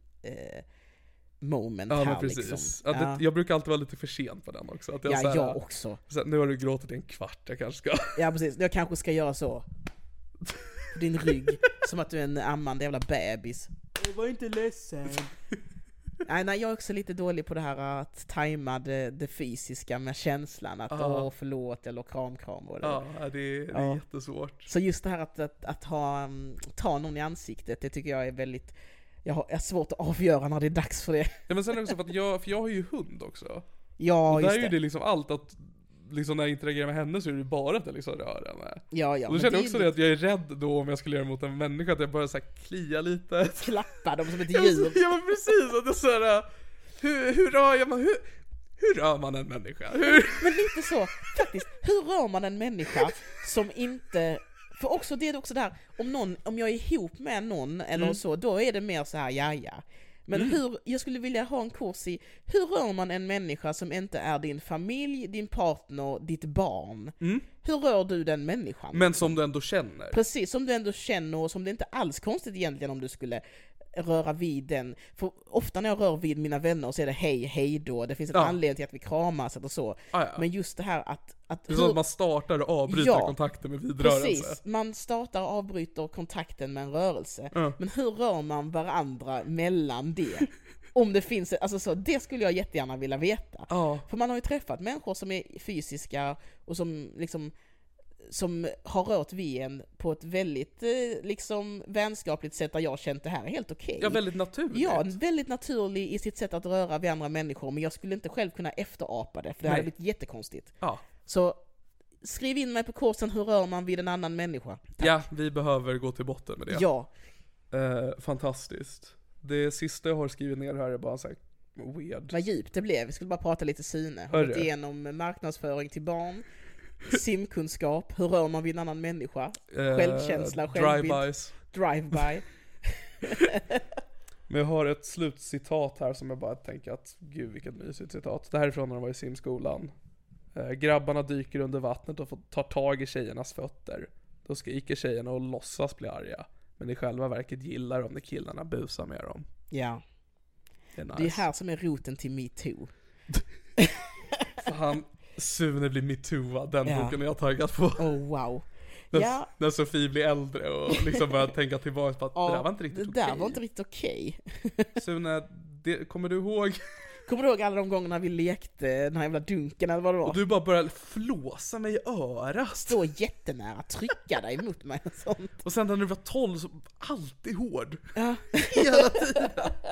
moment här, precis. Liksom. Jag brukar alltid vara lite för sent på den också. Att jag också. Så nu har du gråtit i en kvart, jag kanske ska... Ja, precis. Jag kanske ska göra så. På din rygg. Som att du är en ammande jävla bebis. Var inte ledsen. Nej, jag är också lite dålig på det här att tajma det fysiska med känslan. Att förlåt, eller kram. Och det är jättesvårt. Så just det här att ta någon i ansiktet, det tycker jag är väldigt... Jag har svårt att avgöra när det är dags för det. Ja, men sen också för jag har ju hund också. Ja, och just där är ju det liksom allt att liksom när jag interagerar med henne så är det bara att jag liksom rör henne. Ja. Och då känner jag också det att jag är rädd då om jag skulle göra mot en människa, att jag börjar så här klia lite. Klappa dem som ett djur. Ja men precis, att det är så här, hur rör man en människa? Men lite så, faktiskt, hur rör man en människa som inte... För också, det är också där, om jag är ihop med någon eller så, då är det mer så här, jaja. Men jag skulle vilja ha en kurs i hur rör man en människa som inte är din familj, din partner, ditt barn. Hur rör du den människan? Men som du ändå känner. Precis, som du ändå känner, och som det inte alls konstigt egentligen om du skulle röra vid den. För ofta när jag rör vid mina vänner så är det hej då. Det finns en anledning till att vi kramas eller så. Men just det här att det är så att man startar och avbryter kontakten med vidrörelse. Precis, man startar och avbryter kontakten med en rörelse. Men hur rör man varandra mellan det? Om det finns, alltså så, det skulle jag jättegärna vilja veta. För man har ju träffat människor som är fysiska och som liksom som har rört vid en på ett väldigt liksom vänskapligt sätt där jag känt det här är helt okej. Ja, väldigt naturligt. Ja, väldigt naturlig i sitt sätt att röra vid andra människor, men jag skulle inte själv kunna efterapa det, för det hade blivit jättekonstigt. Så skriv in mig på kursen hur rör man vid en annan människa. Tack. Ja, vi behöver gå till botten med det. Ja. Fantastiskt. Det sista jag har skrivit ner här är bara så här weird. Vad djupt det blev. Vi skulle bara prata lite syne. Har gått igenom marknadsföring till barn, simkunskap, hur rör man vid en annan människa, självkänsla, självbild, drive-by. Men jag har ett slutcitat här som jag bara tänker att, gud vilket mysigt citat. Det här är från när de var i simskolan. Grabbarna dyker under vattnet och tar tag i tjejernas fötter. Då skriker tjejerna och låtsas bli arga. Men i själva verket gillar de när killarna busar med dem. Ja. Det är nice. Det är här som är roten till MeToo. Fan, Sune blir MeTooad, den boken är jag taggat på. Oh wow. När Sofie blir äldre och liksom börjar tänka tillbaka på att det där var inte riktigt okej. Det där var inte riktigt okej. Sune, kommer du ihåg? Kommer du ihåg alla de gångerna vi lekte den här jävla dunken eller vad det var? Och du bara började flåsa mig i örat. Stå jättenära, trycka dig mot mig och sånt. Och sen när du var 12 så alltid hård. Ja. Hela tiden.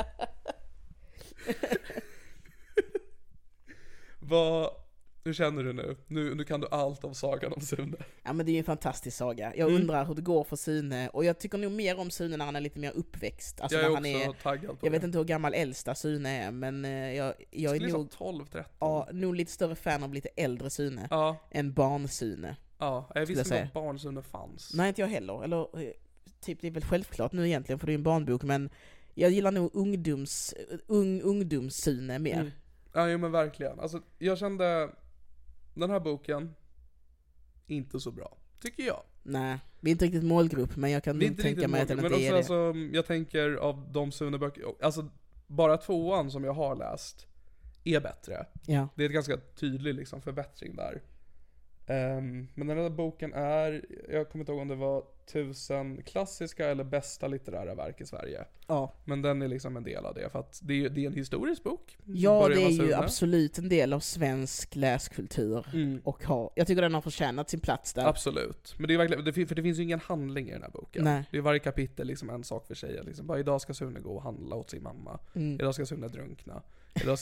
Hur känner du nu? Nu kan du allt om sagan om Sune. Ja, men det är ju en fantastisk saga. Jag undrar hur det går för Sune. Och jag tycker nog mer om Sune när han är lite mer uppväxt. Alltså jag är när han också taggad på jag vet inte hur gammal äldsta Sune är, men jag är nog 12-13. Ja, nog lite större fan av lite äldre Sune än barn-Sune. Ja, jag visste inte att barn-Sune fanns. Nej, inte jag heller. Eller typ, det är väl självklart nu egentligen, för det är en barnbok, men jag gillar nog ungdoms-Sune mer. Ja, jo, men verkligen. Alltså, jag kände den här boken inte så bra, tycker jag. Nej, vi är inte riktigt målgrupp, men jag kan nog tänka mig att den inte är det. Alltså, jag tänker av de Sune-böcker, alltså bara 2:an som jag har läst är bättre. Ja. Det är ett ganska tydlig liksom förbättring där. Men den här boken är, jag kommer inte ihåg om det var 1000 klassiska eller bästa litterära verk i Sverige. Ja. Men den är liksom en del av det, för att det är en historisk bok. Ja, det är ju absolut en del av svensk läskultur. Och jag tycker den har förtjänat sin plats där. Absolut. Men det är verkligen, för det finns ju ingen handling i den här boken. Nej. Det är varje kapitel liksom en sak för sig. Liksom, bara idag ska Sune gå och handla åt sin mamma. Idag ska Sune drunkna. Idag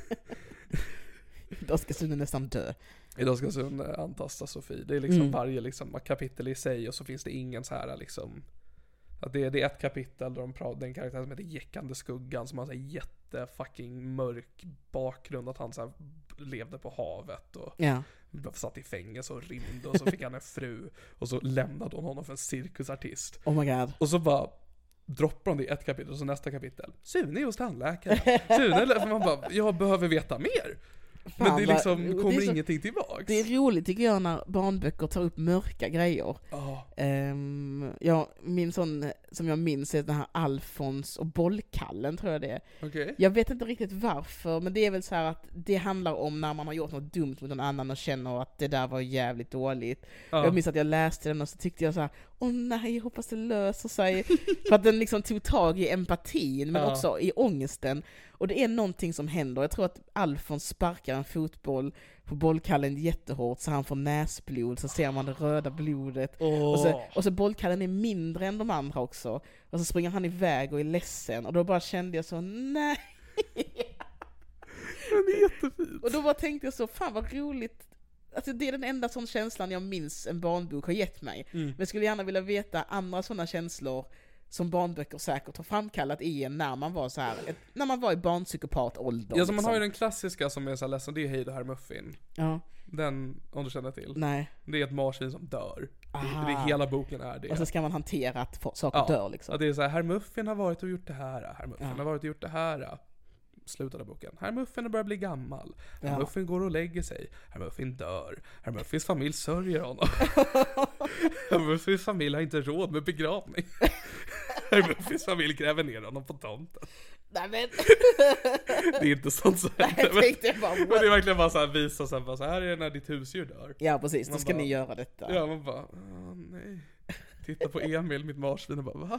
ska Sune nästan dö. Idag ska Sune antasta Sofie. Det är liksom varje liksom kapitel i sig, och så finns det ingen så här liksom, att det är ett kapitel där de pratar, den karaktär som heter Jäckande Skuggan, som har så här jättefucking mörk bakgrund, att han så här levde på havet och satt i fängelse och rymde, och så fick han en fru och så lämnade hon honom för en cirkusartist. Oh my god. Och så bara droppar de det i ett kapitel, och så nästa kapitel, Sune är hos tandläkaren. Sune, man bara, jag behöver veta mer. Fan, men det liksom kommer ingenting tillbaks. Det är roligt tycker jag när barnböcker tar upp mörka grejer. Min sån som jag minns är den här Alfons och bollkallen, tror jag det är. Okay. Jag vet inte riktigt varför, men det är väl så här att det handlar om när man har gjort något dumt mot någon annan och känner att det där var jävligt dåligt. Jag minns att jag läste den och så tyckte jag så här: åh nej, jag hoppas det löser sig. För att den liksom tog tag i empatin, men också i ångesten. Och det är någonting som händer. Jag tror att Alfons sparkar en fotboll på bollkallen jättehårt, så han får näsblod, så ser man det röda blodet. Och så bollkallen är mindre än de andra också. Och så springer han iväg och är ledsen. Och då bara kände jag så, nej. Det är jättefint. Och då bara tänkte jag så, fan vad roligt Alltså det är den enda sån känslan jag minns en barnbok har gett mig. Men jag skulle gärna vilja veta andra sådana känslor som barnböcker säkert har framkallat i en när man var så här, när man var i barnpsykopatålder. Ja, så man har ju den klassiska som är så här ledsen, det är Hej då herr Muffin. Ja. Den, om du känner till. Nej. Det är ett marsvin som dör. Det hela boken är det. Och så ska man hantera att saker dör liksom. Ja, det är så här, herr Muffin har varit och gjort det här. Herr Muffin har varit och gjort det här. Slutade boken. Herr Muffin börjar bli gammal. Herr Muffin går och lägger sig. Herr Muffin dör. Herr Muffins familj sörjer honom. Herr Muffins familj har inte råd med begravning. Herr Muffins familj gräver ner honom på tomten. Nej men. Det är inte sånt så här. Nej, jag tänkte bara, men det är verkligen bara så här, visa så här är det när ditt husdjur dör. Ja precis, man då ska bara, ni göra detta. Ja, man bara, nej. Titta på Emil, mitt marsvin, och bara, va?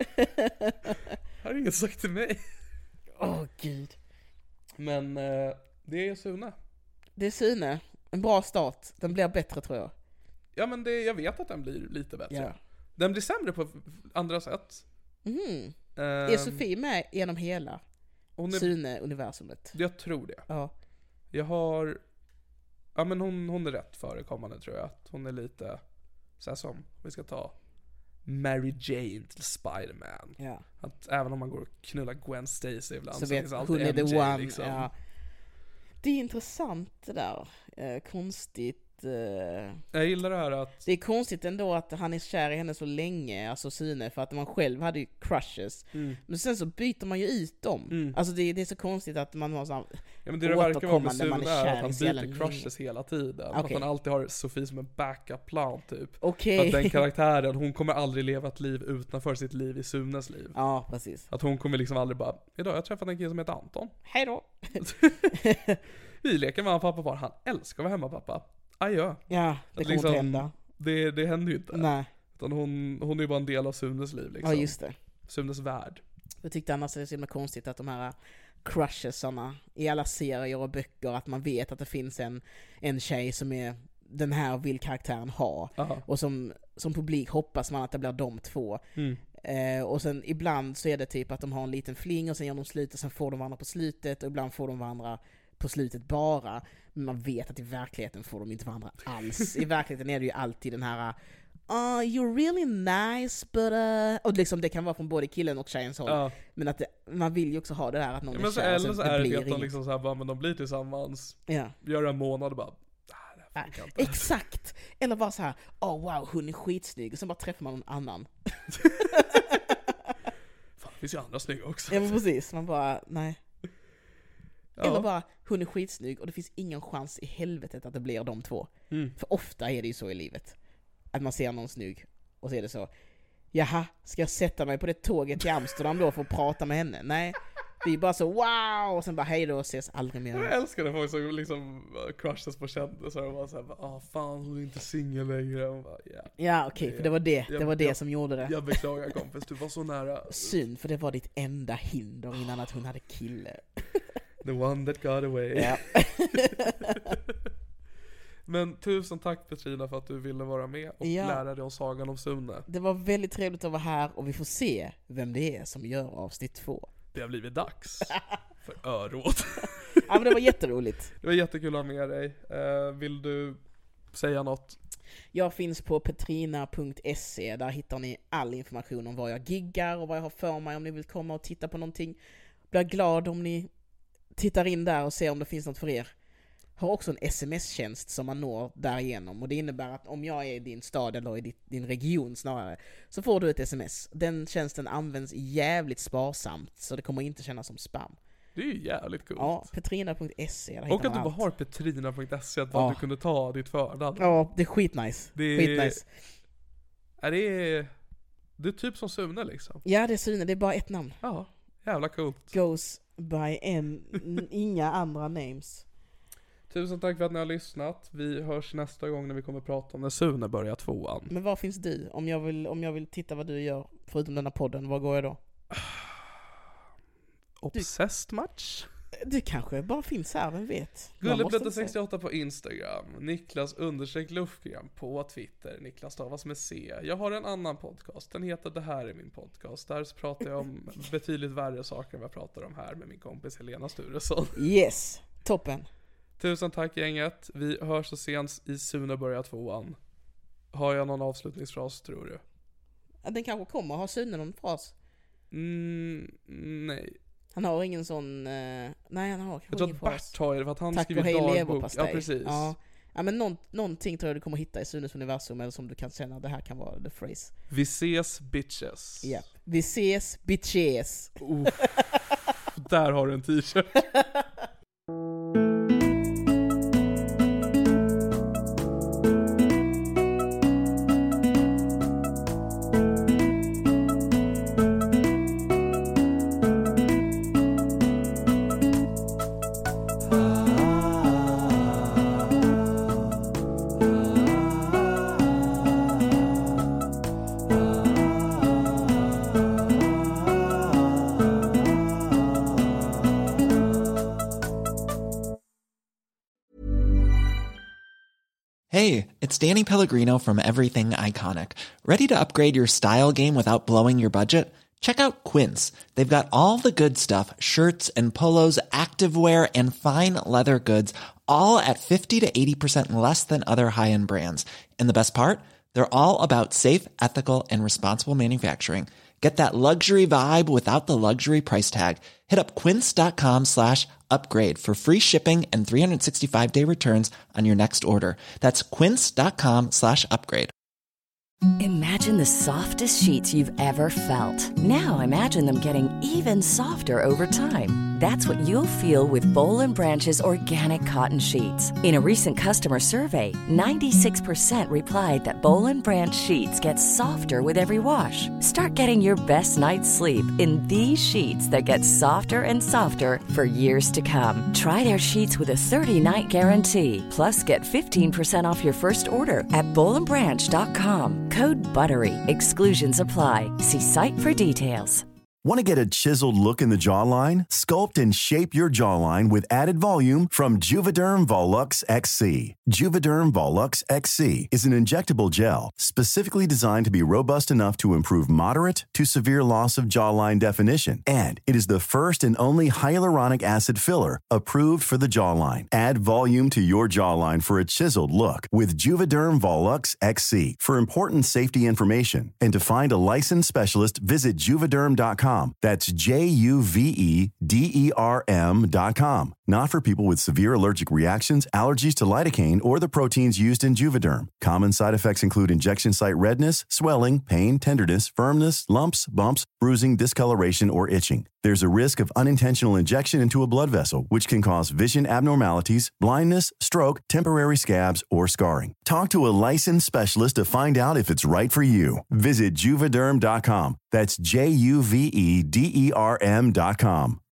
Har ingen sagt till mig. Gud. Men det är Sune. Det är Sune. En bra start. Den blir bättre tror jag. Ja men jag vet att den blir lite bättre. Ja. Den blir sämre på andra sätt. Är Sofie med genom hela Sune-universumet? Jag tror det. Ja. Jag har... Ja men hon är rätt förekommande tror jag. Att hon är lite så här som vi ska ta Mary Jane till Spider-Man. Ja. Att även om man går och knullar Gwen Stacy ibland så så vet finns alltid hon är the MJ, one. liksom. Ja. Det är intressant det där. Konstigt. Jag gillar det här att... Det är konstigt ändå att han är kär i henne så länge, alltså Sune, för att man själv hade ju crushes. Men sen så byter man ju ut dem. Alltså det är så konstigt att man har så här, ja, men det verkar vara med Sune är att han byter länge. crushes hela tiden. Okay. Att han alltid har Sofie som en backup-plan typ. Okay. Att den karaktären, hon kommer aldrig leva ett liv utanför sitt liv i Sunes liv. Ja, precis. Att hon kommer liksom aldrig bara, idag jag träffat en kille som heter Anton. Hej då. Vi leker med pappa par, han älskar att vara hemma pappa. Adjö. Ja, det kommer inte hända. Det händer ju inte. Nej. Utan hon är ju bara en del av Sunes liv liksom. Ja, just det. Sunes värld. Jag tyckte annars det är så himla konstigt att de här crushesarna i alla serier och böcker, att man vet att det finns en tjej som är den här vill karaktären ha. Aha. Och som publik hoppas man att det blir de två. Och sen ibland så är det typ att de har en liten fling och sen gör de slut och sen får de varandra på slutet och ibland får de varandra på slutet bara, men man vet att i verkligheten får de inte varandra alls. I verkligheten är det ju alltid den här you're really nice but och liksom det kan vara från både killen och tjejens håll. Men att man vill ju också ha det här att någon är kär, eller så är det att de liksom så här bara, men de blir tillsammans. Gör en månad och bara exakt. Eller bara så här, wow, hon är skitsnygg och sen bara träffar man någon annan. Fan, det finns ju andra snygga också. Ja, men precis. Man bara, nej. Eller bara, hon är skitsnygg och det finns ingen chans i helvetet att det blir de två. För ofta är det ju så i livet. Att man ser någon snygg och så är det så, jaha, ska jag sätta mig på det tåget till Amsterdam då för att prata med henne? Nej, det är bara så, wow! Och sen bara, hej då, och ses aldrig mer. Jag älskar det folk som liksom crushes på kändisar och bara såhär, fan, hon är inte singel längre. Och bara, ja, okej, för det var det som gjorde det. Jag beklagar kompis, du var så nära. Synd, för det var ditt enda hinder innan att hon hade kille. The one that got away. Ja. Men tusen tack Petrina för att du ville vara med och lära dig om sagan om Sune. Det var väldigt trevligt att vara här och vi får se vem det är som gör avsnitt 2. Det har blivit dags för öråd. Ja, men det var jätteroligt. Det var jättekul att ha med dig. Vill du säga något? Jag finns på petrina.se. Där hittar ni all information om vad jag giggar och vad jag har för mig om ni vill komma och titta på någonting. Blir glad om ni tittar in där och ser om det finns något för er. Har också en sms-tjänst som man når därigenom. Och det innebär att om jag är i din stad eller i din region snarare, så får du ett sms. Den tjänsten används jävligt sparsamt, så det kommer inte kännas som spam. Det är ju jävligt coolt. Ja, petrina.se. Och att du bara har petrina.se, att du kunde ta ditt förnamn. Ja, det är skitnice. Skitnice. Det är typ som Sune liksom. Ja, det är Sune. Det är bara ett namn. Ja, jävla coolt. Goes by inga andra names. Tusen tack för att ni har lyssnat. Vi hörs nästa gång när vi kommer prata om när Sune börjar 2:an. Men var finns du? Om jag vill titta vad du gör förutom denna podden, var går jag då? Obsessed match? Du kanske bara finns här, vem vet? Gulleblötte68 på Instagram, Niklas_Lufgren på Twitter, Niklas stavas med C. Jag har en annan podcast, den heter Det här är min podcast. Där pratar jag om betydligt värre saker än vad jag pratar om här med min kompis Helena Sturesson. Yes, toppen. Tusen tack gänget. Vi hörs så sent i Sune börjar 2:an. Har jag någon avslutningsfras tror du? Ja, den kanske kommer. Har Sune någon fras? Nej. Han har ingen sån... nej, han har kanske ingen fras. Jag tror att Bert har det för att han Tack skriver och hej dagbok. leverpastej. Ja, precis. Ja, men någonting tror jag du kommer hitta i Sunes universum, eller som du kan känna, det här kan vara the phrase. Vi ses bitches. Ja. Vi ses bitches. Där har du en t-shirt. Hey, it's Danny Pellegrino from Everything Iconic. Ready to upgrade your style game without blowing your budget? Check out Quince. They've got all the good stuff, shirts and polos, activewear and fine leather goods, all at 50 to 80% less than other high-end brands. And the best part? They're all about safe, ethical and responsible manufacturing. Get that luxury vibe without the luxury price tag. Hit up quince.com/upgrade for free shipping and 365-day returns on your next order. That's quince.com/upgrade. Imagine the softest sheets you've ever felt. Now imagine them getting even softer over time. That's what you'll feel with Boll & Branch's organic cotton sheets. In a recent customer survey, 96% replied that Boll & Branch sheets get softer with every wash. Start getting your best night's sleep in these sheets that get softer and softer for years to come. Try their sheets with a 30-night guarantee. Plus, get 15% off your first order at bollandbranch.com. Code BUTTERY. Exclusions apply. See site for details. Want to get a chiseled look in the jawline? Sculpt and shape your jawline with added volume from Juvederm Volux XC. Juvederm Volux XC is an injectable gel specifically designed to be robust enough to improve moderate to severe loss of jawline definition. And it is the first and only hyaluronic acid filler approved for the jawline. Add volume to your jawline for a chiseled look with Juvederm Volux XC. For important safety information and to find a licensed specialist, visit juvederm.com. That's JUVEDERM.com. Not for people with severe allergic reactions, allergies to lidocaine, or the proteins used in Juvederm. Common side effects include injection site redness, swelling, pain, tenderness, firmness, lumps, bumps, bruising, discoloration, or itching. There's a risk of unintentional injection into a blood vessel, which can cause vision abnormalities, blindness, stroke, temporary scabs, or scarring. Talk to a licensed specialist to find out if it's right for you. Visit Juvederm.com. That's JUVEDERM.com.